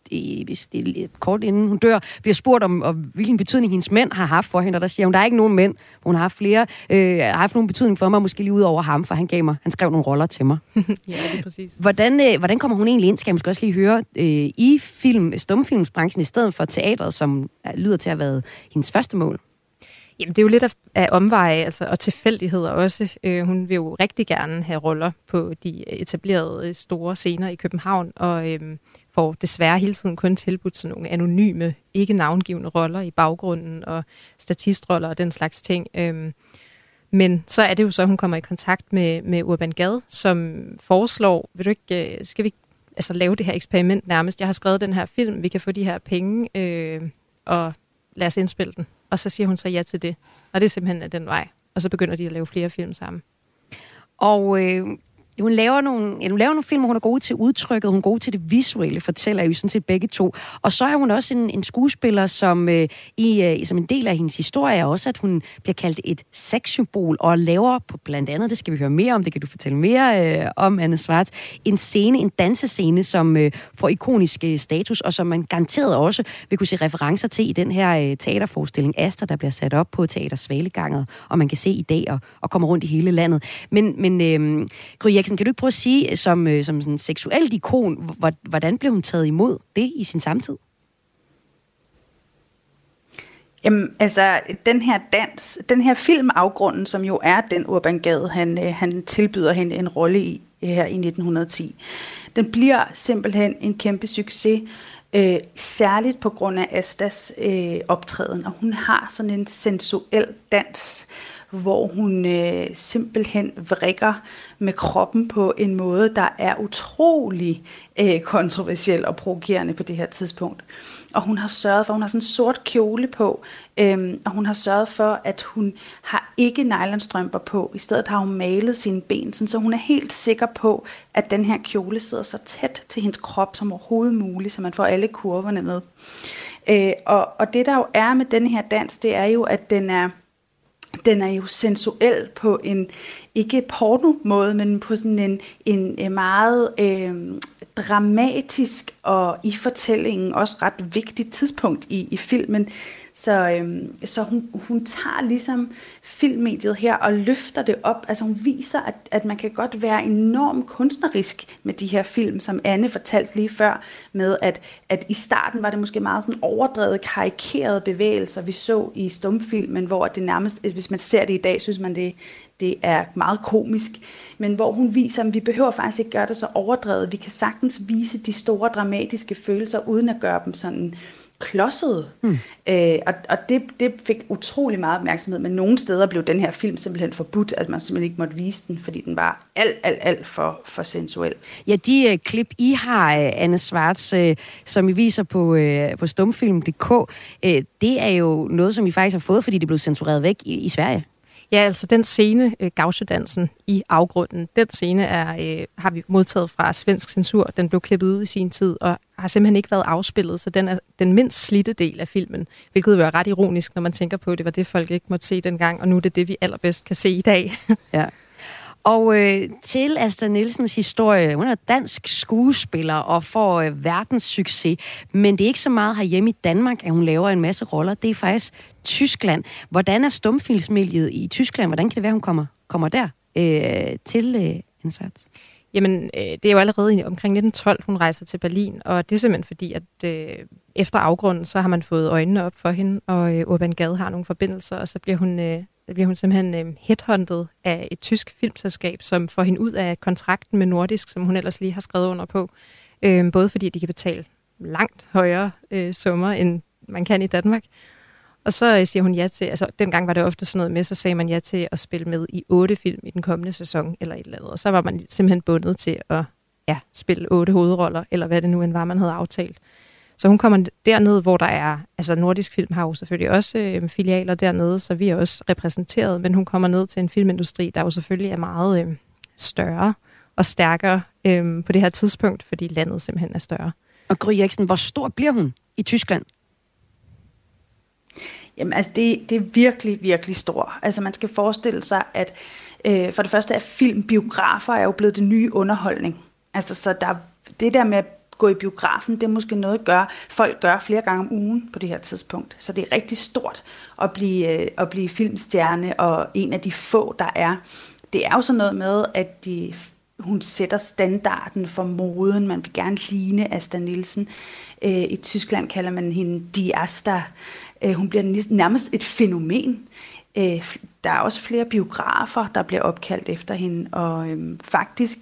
kort inden hun dør, bliver spurgt om hvilken betydning hendes mænd har haft for hende, og der siger hun, der er ikke nogen mænd. Hun har haft flere, har haft nogen betydning for mig, måske lige ud over ham, for han skrev nogle roller til mig. Ja, det er præcis. Hvordan kommer hun egentlig ind, skal jeg måske også lige høre, i stumfilmsbranchen, i stedet for teatret, som lyder til at have været hendes første mål? Jamen, det er jo lidt af omveje, altså, og tilfældigheder også. Hun vil jo rigtig gerne have roller på de etablerede store scener i København, og får desværre hele tiden kun tilbudt sådan nogle anonyme, ikke navngivende roller i baggrunden, og statistroller og den slags ting. Men så er det jo så, at hun kommer i kontakt med Urban Gad, som foreslår, skal vi lave det her eksperiment nærmest? Jeg har skrevet den her film, vi kan få de her penge, og lad os indspille den. Og så siger hun så ja til det. Og det er simpelthen den vej. Og så begynder de at lave flere film sammen. Og hun laver nogle film, hvor hun er god til udtrykket, hun er god til det visuelle, fortæller jo sådan set begge to. Og så er hun også en skuespiller, som som en del af hendes historie er også, at hun bliver kaldt et sexsymbol, og laver på blandt andet, det skal vi høre mere om, det kan du fortælle mere om, Anne Schwartz, en dansescene, som får ikonisk status, og som man garanteret også vil kunne se referencer til i den her teaterforestilling Asta, der bliver sat op på Teater Svaleganget, og man kan se i dag og kommer rundt i hele landet. Men Gry Jexen, kan du ikke prøve at sige, som sådan en seksuelt ikon, hvordan blev hun taget imod det i sin samtid? Jamen, altså, den her film Afgrunden, som jo er den Urban Gad, han tilbyder hende en rolle i her i 1910, den bliver simpelthen en kæmpe succes, særligt på grund af Astas optræden, og hun har sådan en sensuel dans, hvor hun simpelthen vrikker med kroppen på en måde, der er utrolig kontroversiel og provokerende på det her tidspunkt. Og hun har sørget for, hun har sådan en sort kjole på, og hun har sørget for, at hun har ikke nylonstrømper på. I stedet har hun malet sine ben, så hun er helt sikker på, at den her kjole sidder så tæt til hendes krop som overhovedet muligt, så man får alle kurverne med. Og det der jo er med den her dans, det er jo, at den er jo sensuel på en, ikke porno-måde, men på sådan en meget dramatisk og i fortællingen også ret vigtigt tidspunkt i filmen. Så hun tager ligesom filmmediet her og løfter det op. Altså hun viser, at man kan godt være enormt kunstnerisk med de her film, som Anne fortalte lige før, med at i starten var det måske meget sådan overdrevet, karikerede bevægelser, vi så i stumfilmen, hvor det nærmest, hvis man ser det i dag, synes man det er meget komisk, men hvor hun viser, at vi behøver faktisk ikke gøre det så overdrevet. Vi kan sagtens vise de store dramatiske følelser, uden at gøre dem sådan klodsede. Og det fik utrolig meget opmærksomhed, men nogle steder blev den her film simpelthen forbudt, at man simpelthen ikke måtte vise den, fordi den var alt for sensuel. Ja, de klip, I har, Anne Schwartz, som I viser på stumfilm.dk, det er jo noget, som I faktisk har fået, fordi det blev censureret væk i Sverige. Ja, altså den scene, Gauchedansen i afgrunden, den scene har vi modtaget fra svensk censur. Den blev klippet ud i sin tid, og har simpelthen ikke været afspillet, så den er den mindst slidte del af filmen, hvilket jo er ret ironisk, når man tænker på, at det var det, folk ikke måtte se dengang, og nu er det det, vi allerbedst kan se i dag. Ja. Og til Asta Nielsens historie, hun er dansk skuespiller og får verdenssucces, men det er ikke så meget herhjemme i Danmark, at hun laver en masse roller. Det er faktisk Tyskland. Hvordan er stumfilmsmiljøet i Tyskland? Hvordan kan det være, hun kommer der til Anne Schwartz? Jamen, det er jo allerede omkring 1912, hun rejser til Berlin, og det er simpelthen fordi, at efter afgrunden, så har man fået øjnene op for hende, og Urban Gad har nogle forbindelser, og så bliver hun simpelthen headhunted af et tysk filmselskab, som får hende ud af kontrakten med Nordisk, som hun ellers lige har skrevet under på. Både fordi de kan betale langt højere summer, end man kan i Danmark. Og så siger hun ja til, altså dengang var det ofte sådan noget med, så sagde man ja til at spille med i 8 film i den kommende sæson, eller et eller andet. Og så var man simpelthen bundet til at spille 8 hovedroller, eller hvad det nu end var, man havde aftalt. Så hun kommer derned, hvor der er, altså Nordisk Film har jo selvfølgelig også filialer dernede, så vi er også repræsenteret, men hun kommer ned til en filmindustri, der jo selvfølgelig er meget større og stærkere på det her tidspunkt, fordi landet simpelthen er større. Og Gry Eriksen, hvor stor bliver hun i Tyskland? Jamen altså, det er virkelig, virkelig stor. Altså man skal forestille sig, at for det første er filmbiografer er jo blevet det nye underholdning. Altså så det der med gå i biografen, det er måske noget, folk gør flere gange om ugen på det her tidspunkt. Så det er rigtig stort at blive filmstjerne, og en af de få, der er. Det er jo sådan noget med, at hun sætter standarden for moden. Man vil gerne ligne Asta Nielsen. I Tyskland kalder man hende Die Asta. Hun bliver nærmest et fænomen. Der er også flere biografer, der bliver opkaldt efter hende, og faktisk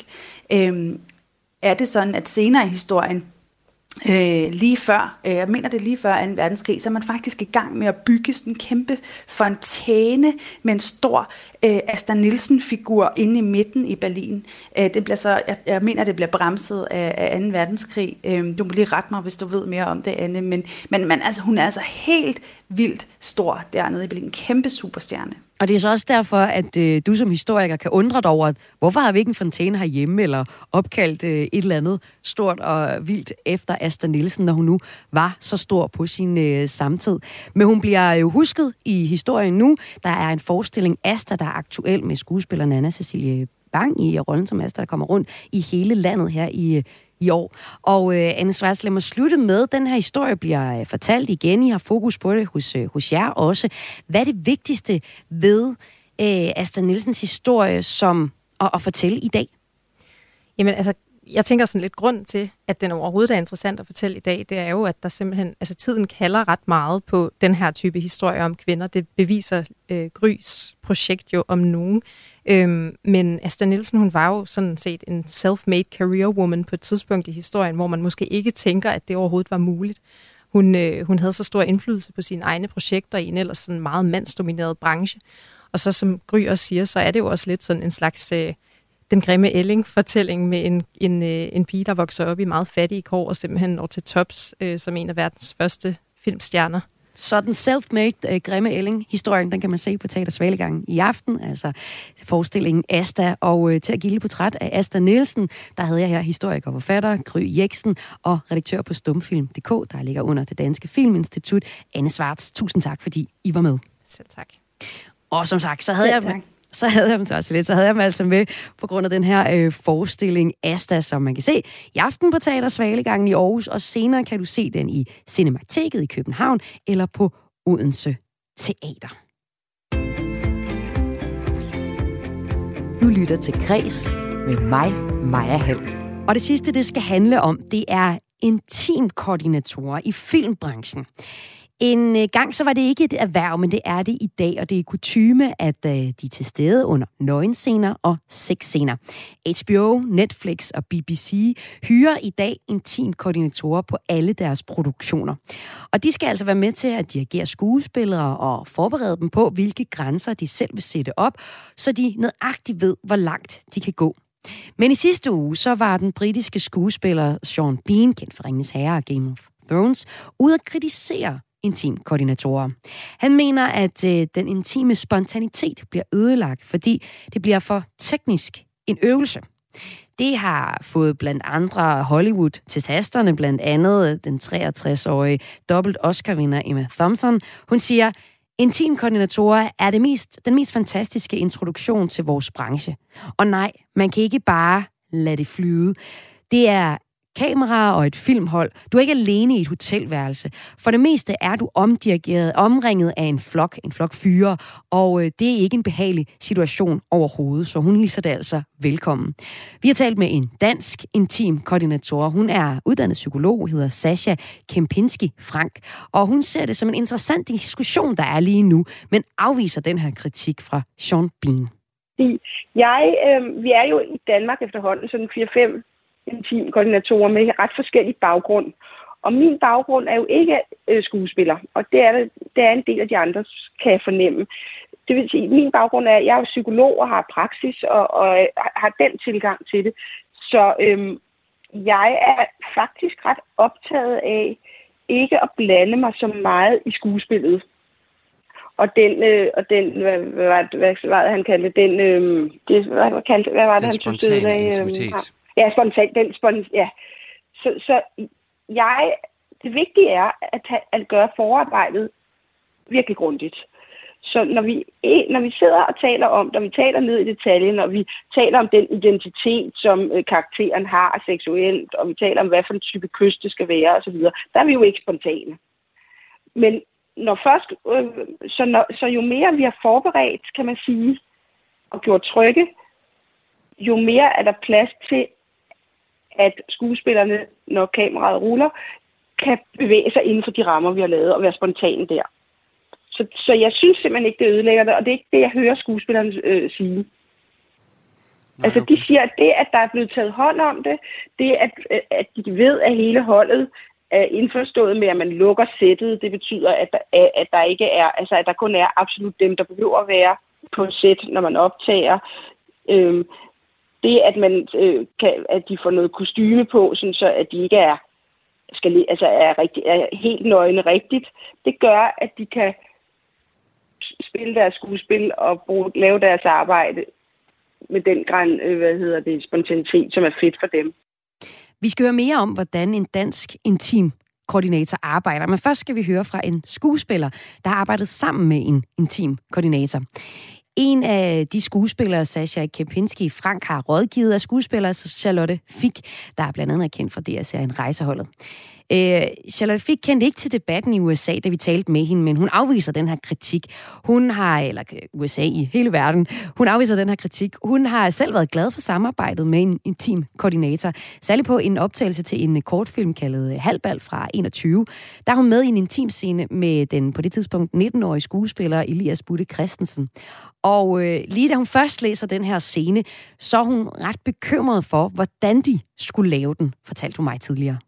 er det sådan, at senere i historien, lige før 2. verdenskrig, så er man faktisk i gang med at bygge sådan en kæmpe fontæne med en stor Asta Nielsen-figur inde i midten i Berlin. Det bliver så, jeg mener, det bliver bremset af 2. verdenskrig. Du må lige rette mig, hvis du ved mere om det, Anne. Men altså, hun er altså helt vildt stor dernede i Berlin. En kæmpe superstjerne. Og det er så også derfor, at du som historiker kan undre dig over, hvorfor har vi ikke en fontæne herhjemme, eller opkaldt et eller andet stort og vildt efter Asta Nielsen, når hun nu var så stor på sin samtid. Men hun bliver jo husket i historien nu. Der er en forestilling, Asta, der er aktuel med skuespilleren Anna Cecilie Bang i rollen som Asta, der kommer rundt i hele landet her i år. Og Anne Schwartz, lad mig slutte med, den her historie bliver fortalt igen. I har fokus på det hos jer også. Hvad er det vigtigste ved Asta Nielsens historie som at fortælle i dag? Jamen altså, jeg tænker sådan lidt grund til, at den overhovedet er interessant at fortælle i dag, det er jo, at der simpelthen, altså tiden kalder ret meget på den her type historie om kvinder. Det beviser Grys projekt jo om nogen. Men Asta Nielsen, hun var jo sådan set en self-made career woman på et tidspunkt i historien, hvor man måske ikke tænker, at det overhovedet var muligt. Hun havde så stor indflydelse på sine egne projekter i en ellers sådan meget mandsdomineret branche. Og så som Gry også siger, så er det jo også lidt sådan en slags den grimme Elling-fortælling med en pige, der vokser op i meget fattige kår og simpelthen når til tops som en af verdens første filmstjerner. Så den self-made grimme Elling-historien, den kan man se på Teater Svalegangen i aften, altså forestillingen Asta, og til at give et portræt af Asta Nielsen, der havde jeg her historiker og forfatter, Gry Jeksen, og redaktør på Stumfilm.dk, der ligger under det Danske Filminstitut, Anne Schwartz. Tusind tak, fordi I var med. Selv tak. Og som sagt, så havde jeg dem altså med på grund af den her forestilling Asta, som man kan se i aften på Teater Svalegangen i Aarhus, og senere kan du se den i Cinemateket i København eller på Odense Teater. Du lytter til Græs med mig, Maja Hall. Og det sidste, det skal handle om, det er intimkoordinatorer i filmbranchen. En gang så var det ikke et erhverv, men det er det i dag, og det er kutyme, at de er til stede under nøgenscener og sexscener. HBO, Netflix og BBC hyrer i dag intimkoordinatorer på alle deres produktioner. Og de skal altså være med til at dirigere skuespillere og forberede dem på, hvilke grænser de selv vil sætte op, så de nøjagtigt ved, hvor langt de kan gå. Men i sidste uge, så var den britiske skuespiller Sean Bean, kendt for Ringenes Herre og Game of Thrones, ude at kritisere intimkoordinatorer. Han mener, at den intime spontanitet bliver ødelagt, fordi det bliver for teknisk en øvelse. Det har fået blandt andre Hollywood til tasterne, blandt andet den 63-årige dobbelt Oscar-vinder Emma Thompson. Hun siger, intimkoordinatorer er den mest fantastiske introduktion til vores branche. Og nej, man kan ikke bare lade det flyde. Det er kameraer og et filmhold. Du er ikke alene i et hotelværelse. For det meste er du omringet af en flok fyre, og det er ikke en behagelig situation overhovedet, så hun hilser det altså velkommen. Vi har talt med en dansk intimkoordinator. Hun er uddannet psykolog, hedder Sasha Kempinski Frank, og hun ser det som en interessant diskussion, der er lige nu, men afviser den her kritik fra Sean Bean. Vi er jo i Danmark efterhånden sådan 4-5 intimkoordinatorer med ret forskellig baggrund. Og min baggrund er jo ikke skuespiller, og det er en del af de andres, kan jeg fornemme. Det vil sige, min baggrund er, at jeg er jo psykolog og har praksis og har den tilgang til det. Så jeg er faktisk ret optaget af ikke at blande mig så meget i skuespillet. Og hvad var det, han kaldte den? Hvad var det, han tog stød af? Ja, spontant. Ja. Så det vigtige er at gøre forarbejdet virkelig grundigt. Så når vi sidder og taler om, når vi taler ned i detaljen, og vi taler om den identitet, som karakteren har seksuelt, og vi taler om, hvad for en type kys det skal være osv., der er vi jo ikke spontane. Men når først, så jo mere vi har forberedt, kan man sige, og gjort trygge, jo mere er der plads til, at skuespillerne, når kameraet ruller, kan bevæge sig inden for de rammer, vi har lavet, og være spontane der. Så jeg synes simpelthen ikke, det ødelægger det, og det er ikke det, jeg hører skuespillerne sige. Nej, altså, okay. De siger, at det, at der er blevet taget hånd om det, det at de ved, at hele holdet er indforstået med, at man lukker sættet, det betyder, at der ikke er, altså at der kun er absolut dem, der behøver at være på sæt, når man optager. Det, at man at de får noget kostyme på, sådan så at de ikke er helt nøgne rigtigt, det gør, at de kan spille deres skuespil og lave deres arbejde med den spontanitet, som er fedt for dem. Vi skal høre mere om, hvordan en dansk intimkoordinator arbejder, men først skal vi høre fra en skuespiller, der har arbejdet sammen med en intimkoordinator. En af de skuespillere, Sasha Kempinski Frank, har rådgivet, af skuespiller Charlotte Fich, der blandt andet er kendt fra DR-serien Rejseholdet. Charlotte Fich kendte ikke til debatten i USA, da vi talte med hende, men hun afviser den her kritik. USA i hele verden, hun afviser den her kritik. Hun har selv været glad for samarbejdet med en intimkoordinator, særligt på en optagelse til en kortfilm kaldet Halbal fra 21. Der er hun med i en intimscene med den på det tidspunkt 19-årige skuespiller Elias Budde Christensen. Og lige da hun først læser den her scene, så er hun ret bekymret for, hvordan de skulle lave den, fortalte hun mig tidligere.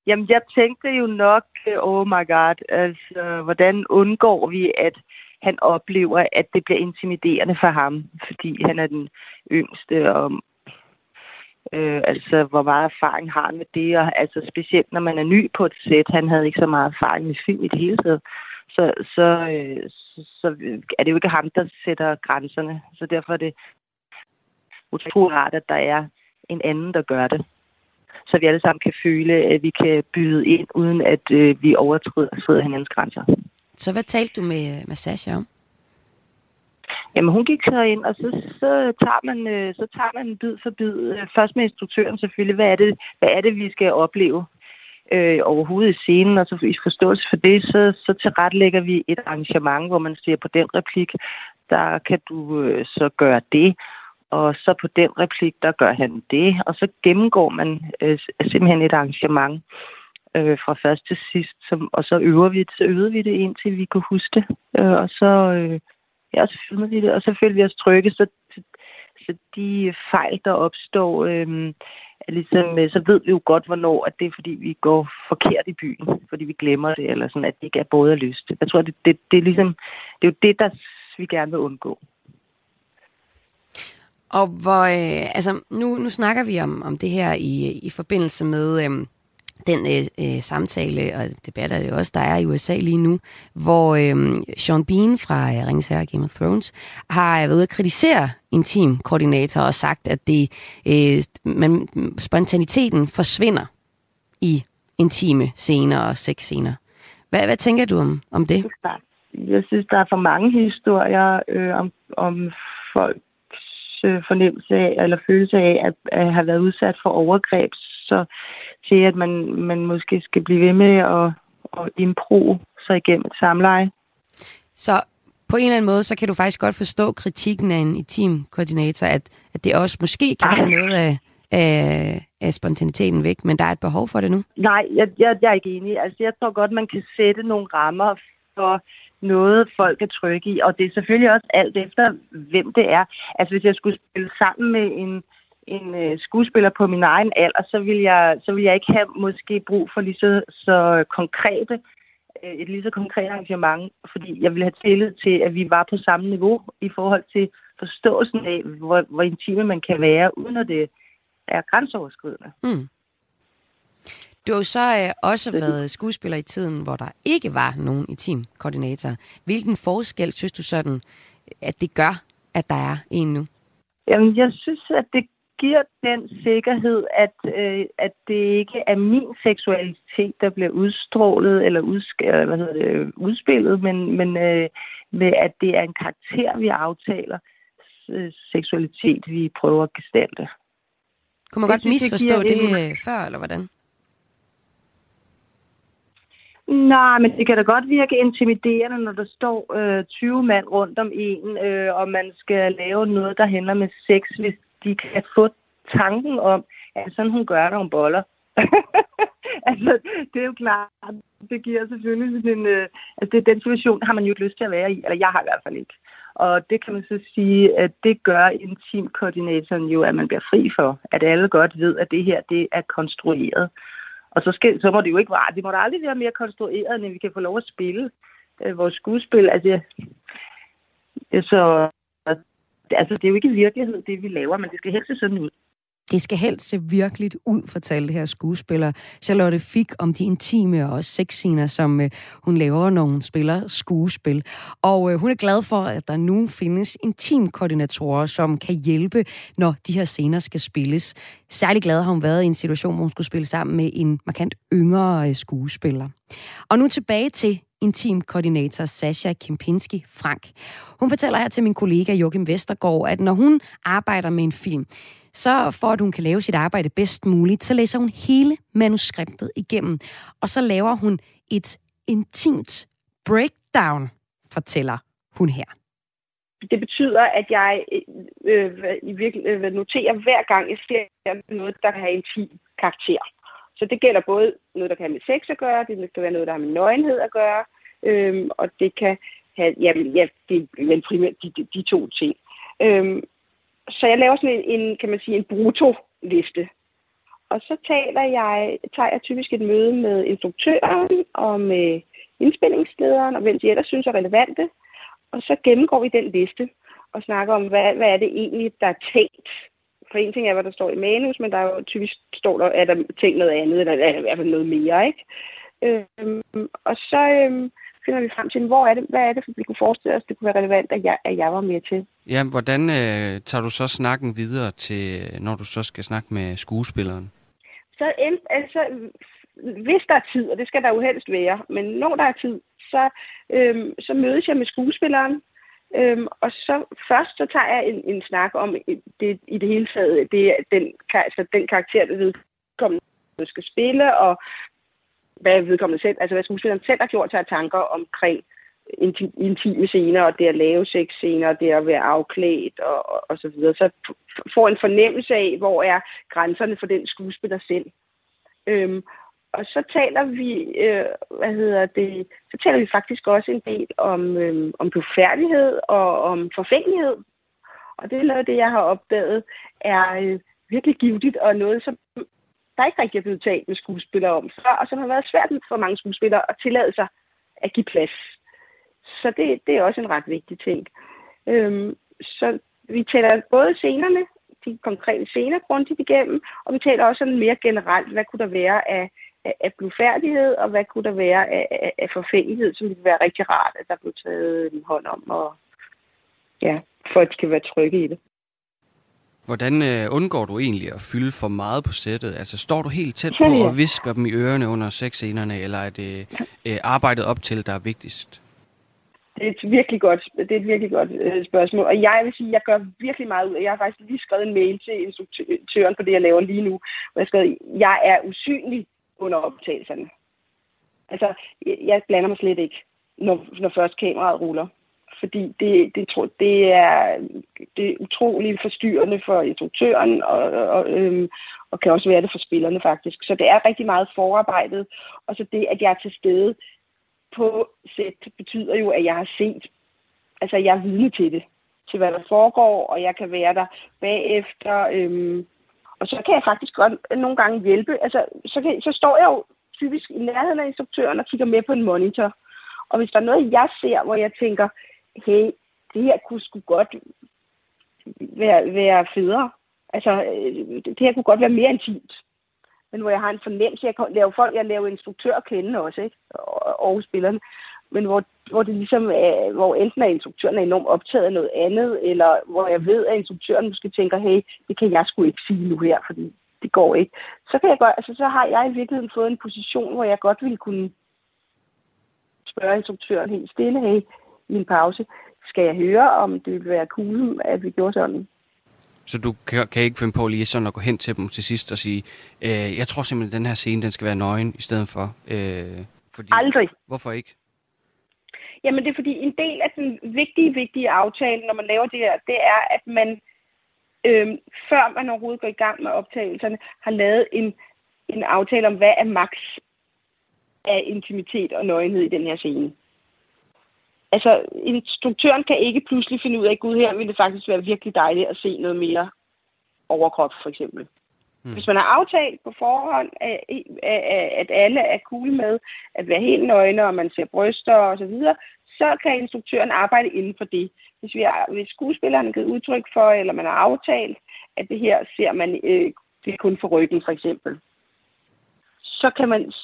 Jamen, jeg tænkte jo nok, oh my god, altså, hvordan undgår vi, at han oplever, at det bliver intimiderende for ham, fordi han er den yngste, og altså, hvor meget erfaring har han med det, og altså, specielt når man er ny på et sæt, han havde ikke så meget erfaring med film i det hele taget, så er det jo ikke ham, der sætter grænserne, så derfor er det utroligt rart, at der er en anden, der gør det. Så vi alle sammen kan føle, at vi kan byde ind, uden at vi overtræder hinandens grænser. Så hvad talte du med Sasha om? Jamen, hun gik så ind, og så tager man bid for bid. Først med instruktøren selvfølgelig. Hvad er det, vi skal opleve overhovedet i scenen? Og så i forståelse for det, så tilrettelægger vi et arrangement, hvor man siger, på den replik, der kan du så gøre det. Og så på den replik, der gør han det. Og så gennemgår man simpelthen et arrangement fra først til sidst. Og så øvede vi det indtil vi kunne huske det. Og så filmer vi det. Og så føler vi os trygge, så de fejl, der opstår, ligesom, så ved vi jo godt, hvornår at det er, fordi vi går forkert i byen. Fordi vi glemmer det, eller sådan, at det ikke er både og lyst. Jeg tror, det er ligesom, det er jo det, der vi gerne vil undgå. Og hvor, nu snakker vi om det her i forbindelse med den samtale og debat, det også, der er i USA lige nu, hvor Sean Bean fra Ringenes Herre Game of Thrones har været ude at kritisere intimkoordinator og sagt, at spontaniteten forsvinder i intime scener og sexscener. Hvad tænker du om det? Jeg synes, der er for mange historier om folk fornemmelse af, eller følelse af, at have været udsat for overgreb, så til at man måske skal blive ved med at impro sig igennem et samleje. Så på en eller anden måde, så kan du faktisk godt forstå kritikken af en intimkoordinator, at det også måske kan tage noget af spontaniteten væk, men der er et behov for det nu? Nej, jeg er ikke enig. Altså, jeg tror godt, man kan sætte nogle rammer for noget, folk er trygge i, og det er selvfølgelig også alt efter, hvem det er. Altså, hvis jeg skulle spille sammen med en skuespiller på min egen alder, så vil jeg ikke have måske brug for et lige så konkret arrangement, fordi jeg ville have tillid til, at vi var på samme niveau i forhold til forståelsen af, hvor intime man kan være, uden at det er grænseoverskridende. Mm. Du har jo så også været skuespiller i tiden, hvor der ikke var nogen intimkoordinator. Hvilken forskel synes du sådan, at det gør, at der er en nu? Jamen, jeg synes, at det giver den sikkerhed, at det ikke er min seksualitet, der bliver udstrålet eller udspillet, men med at det er en karakter, vi aftaler, seksualitet, vi prøver at gestalte. Kunne man godt misforstå det før, eller hvordan? Nej, men det kan da godt virke intimiderende, når der står 20 mand rundt om en, og man skal lave noget, der handler med sex, hvis de kan få tanken om, at sådan hun gør nogle boller. Altså, det er jo klart, det giver selvfølgelig den situation har man jo ikke lyst til at være i, eller jeg har i hvert fald ikke. Og det kan man så sige, at det gør intimkoordinatoren jo, at man bliver fri for, at alle godt ved, at det her, det er konstrueret. Og så må det jo ikke være, det må da aldrig være mere konstrueret, end vi kan få lov at spille vores skuespil. Altså, det er jo ikke i virkelighed, det vi laver, men det skal helst se sådan ud. Det skal helst se virkeligt ud, fortalte her skuespiller Charlotte Fich om de intime og sexscener, som hun laver, når hun spiller skuespil. Og hun er glad for, at der nu findes intimkoordinatorer, som kan hjælpe, når de her scener skal spilles. Særlig glad har hun været i en situation, hvor hun skulle spille sammen med en markant yngre skuespiller. Og nu tilbage til intimkoordinator Sasha Kempinski Frank. Hun fortæller her til min kollega Joachim Vestergaard, at når hun arbejder med en film, så for at hun kan lave sit arbejde bedst muligt, så læser hun hele manuskriptet igennem, og så laver hun et intimt breakdown, fortæller hun her. Det betyder, at jeg noterer hver gang, jeg ser noget, der kan have intim karakter. Så det gælder både noget, der kan have med sex at gøre, det kan være noget, der har med nøgenhed at gøre, og det kan have, men primært de to ting. Så jeg laver sådan en kan man sige, en brutoliste. Og så tager jeg typisk et møde med instruktøren og med indspillingslederen, og hvem de ellers synes er relevante. Og så gennemgår vi den liste og snakker om, hvad er det egentlig, der er tænkt. For en ting er, hvad der står i manus, men der er jo typisk er der tænkt noget andet, eller er der i hvert fald noget mere, ikke? Og så finder vi frem til, hvad er det, for vi kunne forestille os, det kunne være relevant, at jeg var med til. Ja, hvordan tager du så snakken videre til, når du så skal snakke med skuespilleren? Så hvis der er tid, og det skal der jo helst være, men når der er tid, så mødes jeg med skuespilleren, og så først så tager jeg en snak om det i det hele taget, den karakter, der vedkommende skal spille, og hvad vedkommende selv, altså hvad skuespilleren selv har gjort sig af tanker omkring intime scener, og det at lave sexscener, og det at være afklædt, og så videre. Så får en fornemmelse af, hvor er grænserne for den skuespiller selv. Og så taler vi, faktisk også en del om blufærdighed og om forfængelighed. Og det er noget af det, jeg har opdaget, er virkelig givtigt, og noget, som der ikke rigtig er blevet talt med skuespillere om før, og som har været svært for mange skuespillere at tillade sig at give plads. Så det er også en ret vigtig ting. Så vi taler både scenerne, de konkrete scener grundigt igennem, og vi taler også sådan mere generelt, hvad kunne der være af blufærdighed, og hvad kunne der være af forfængelighed, som ville være rigtig rart, at der blev taget en hånd om, og ja, for at de kan være trygge i det. Hvordan undgår du egentlig at fylde for meget på sættet? Altså, står du helt tæt på og visker dem i ørerne under sexscenerne, eller er det arbejdet op til, der er vigtigst? Det er et virkelig godt spørgsmål, og jeg vil sige, at jeg gør virkelig meget ud af. Jeg har faktisk lige skrevet en mail til instruktøren på det, jeg laver lige nu, hvor jeg har skrevet, jeg er usynlig under optagelserne. Altså, jeg blander mig slet ikke, når først kameraet ruller. Fordi det er utrolig forstyrrende for instruktøren, og kan også være det for spillerne faktisk. Så det er rigtig meget forarbejdet, og så det, at jeg er til stede på sæt, betyder jo, at jeg har set, altså jeg er vidne til det, til hvad der foregår, og jeg kan være der bagefter, og så kan jeg faktisk godt nogle gange hjælpe. Altså, så står jeg jo typisk i nærheden af instruktøren og kigger med på en monitor, og hvis der er noget, jeg ser, hvor jeg tænker, hey, det her kunne sgu godt være federe. Altså, det her kunne godt være mere intimt. Men hvor jeg har en fornemmelse, jeg laver instruktør og kvinde også, ikke? Og spillerne. Men hvor det ligesom hvor enten er instruktøren er enormt optaget af noget andet, eller hvor jeg ved, at instruktøren måske tænker, hey, det kan jeg sgu ikke sige nu her, fordi det går ikke. Så har jeg i virkeligheden fået en position, hvor jeg godt ville kunne spørge instruktøren helt stille, hey, i en pause, skal jeg høre, om det ville være cool, at vi gjorde sådan. Så du kan ikke finde på lige sådan at gå hen til dem til sidst og sige, jeg tror simpelthen, at den her scene, den skal være nøgen i stedet for? Fordi, aldrig. Hvorfor ikke? Jamen det er fordi, en del af den vigtige aftale, når man laver det her, det er, at man, før man overhovedet går i gang med optagelserne, har lavet en aftale om, hvad er maks af intimitet og nøgenhed i den her scene. Altså, instruktøren kan ikke pludselig finde ud af, gud, her ville det faktisk være virkelig dejligt at se noget mere overkrop, for eksempel. Hvis man har aftalt på forhånd, at alle er cool med at være helt nøgne, og man ser bryster og så videre, så kan instruktøren arbejde inden for det. Hvis skuespilleren har givet udtryk for, eller man har aftalt, at det her ser man, det er kun for ryggen, for eksempel, så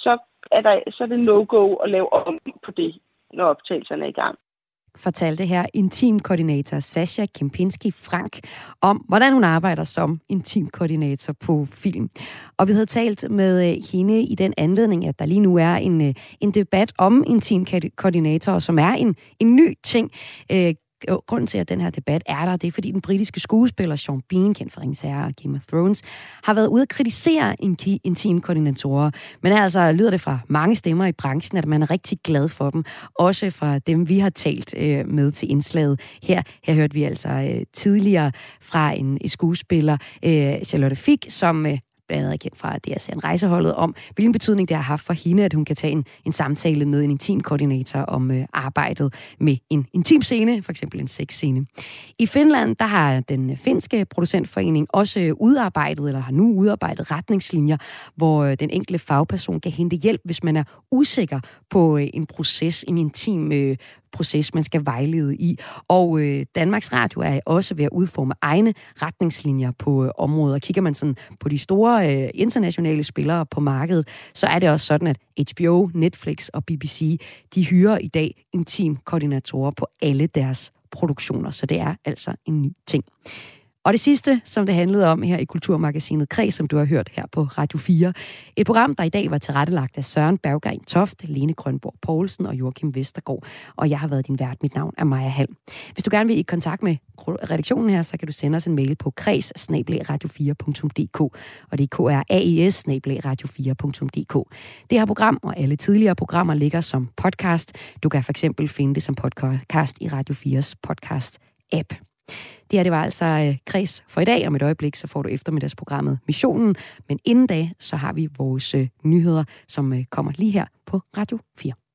er det no-go at lave om på det, når optagelserne er i gang. Fortalte her intimkoordinator Sascha Kempinski-Frank om, hvordan hun arbejder som intimkoordinator på film. Og vi havde talt med hende i den anledning, at der lige nu er en debat om intimkoordinatorer, som er en ny ting. Grunden til, at den her debat er der, det er, fordi den britiske skuespiller Sean Bean, kendt fra Ringenes Herre og Game of Thrones, har været ude at kritisere intimkoordinatorer. Men altså lyder det fra mange stemmer i branchen, at man er rigtig glad for dem. Også fra dem, vi har talt med til indslaget her. Her hørte vi altså tidligere fra en skuespiller, Charlotte Fig, som blandt andet kendt fra DRC'en Rejseholdet, om hvilken betydning det har haft for hende, at hun kan tage en samtale med en intimkoordinator om arbejdet med en intim scene, for eksempel en sexscene. I Finland, der har den finske producentforening også udarbejdet, eller har nu udarbejdet retningslinjer, hvor den enkelte fagperson kan hente hjælp, hvis man er usikker på en proces, en intim proces, man skal vejlede i. Og Danmarks Radio er også ved at udforme egne retningslinjer på området. Kigger man sådan på de store internationale spillere på markedet, så er det også sådan, at HBO, Netflix og BBC, de hyrer i dag intimkoordinatorer på alle deres produktioner. Så det er altså en ny ting. Og det sidste, som det handlede om her i Kulturmagasinet Kreds, som du har hørt her på Radio 4. Et program, der i dag var tilrettelagt af Søren Berggren Toft, Lene Grønborg Poulsen og Joachim Vestergaard. Og jeg har været din vært. Mit navn er Maja Hall. Hvis du gerne vil i kontakt med redaktionen her, så kan du sende os en mail på kreds@radio4.dk. Og det er kraes@radio4.dk. Det her program og alle tidligere programmer ligger som podcast. Du kan for eksempel finde det som podcast i Radio 4's podcast-app. Det her, det var altså Kreds for i dag. Om et øjeblik, så får du eftermiddagsprogrammet Missionen. Men inden da, så har vi vores nyheder, som kommer lige her på Radio 4.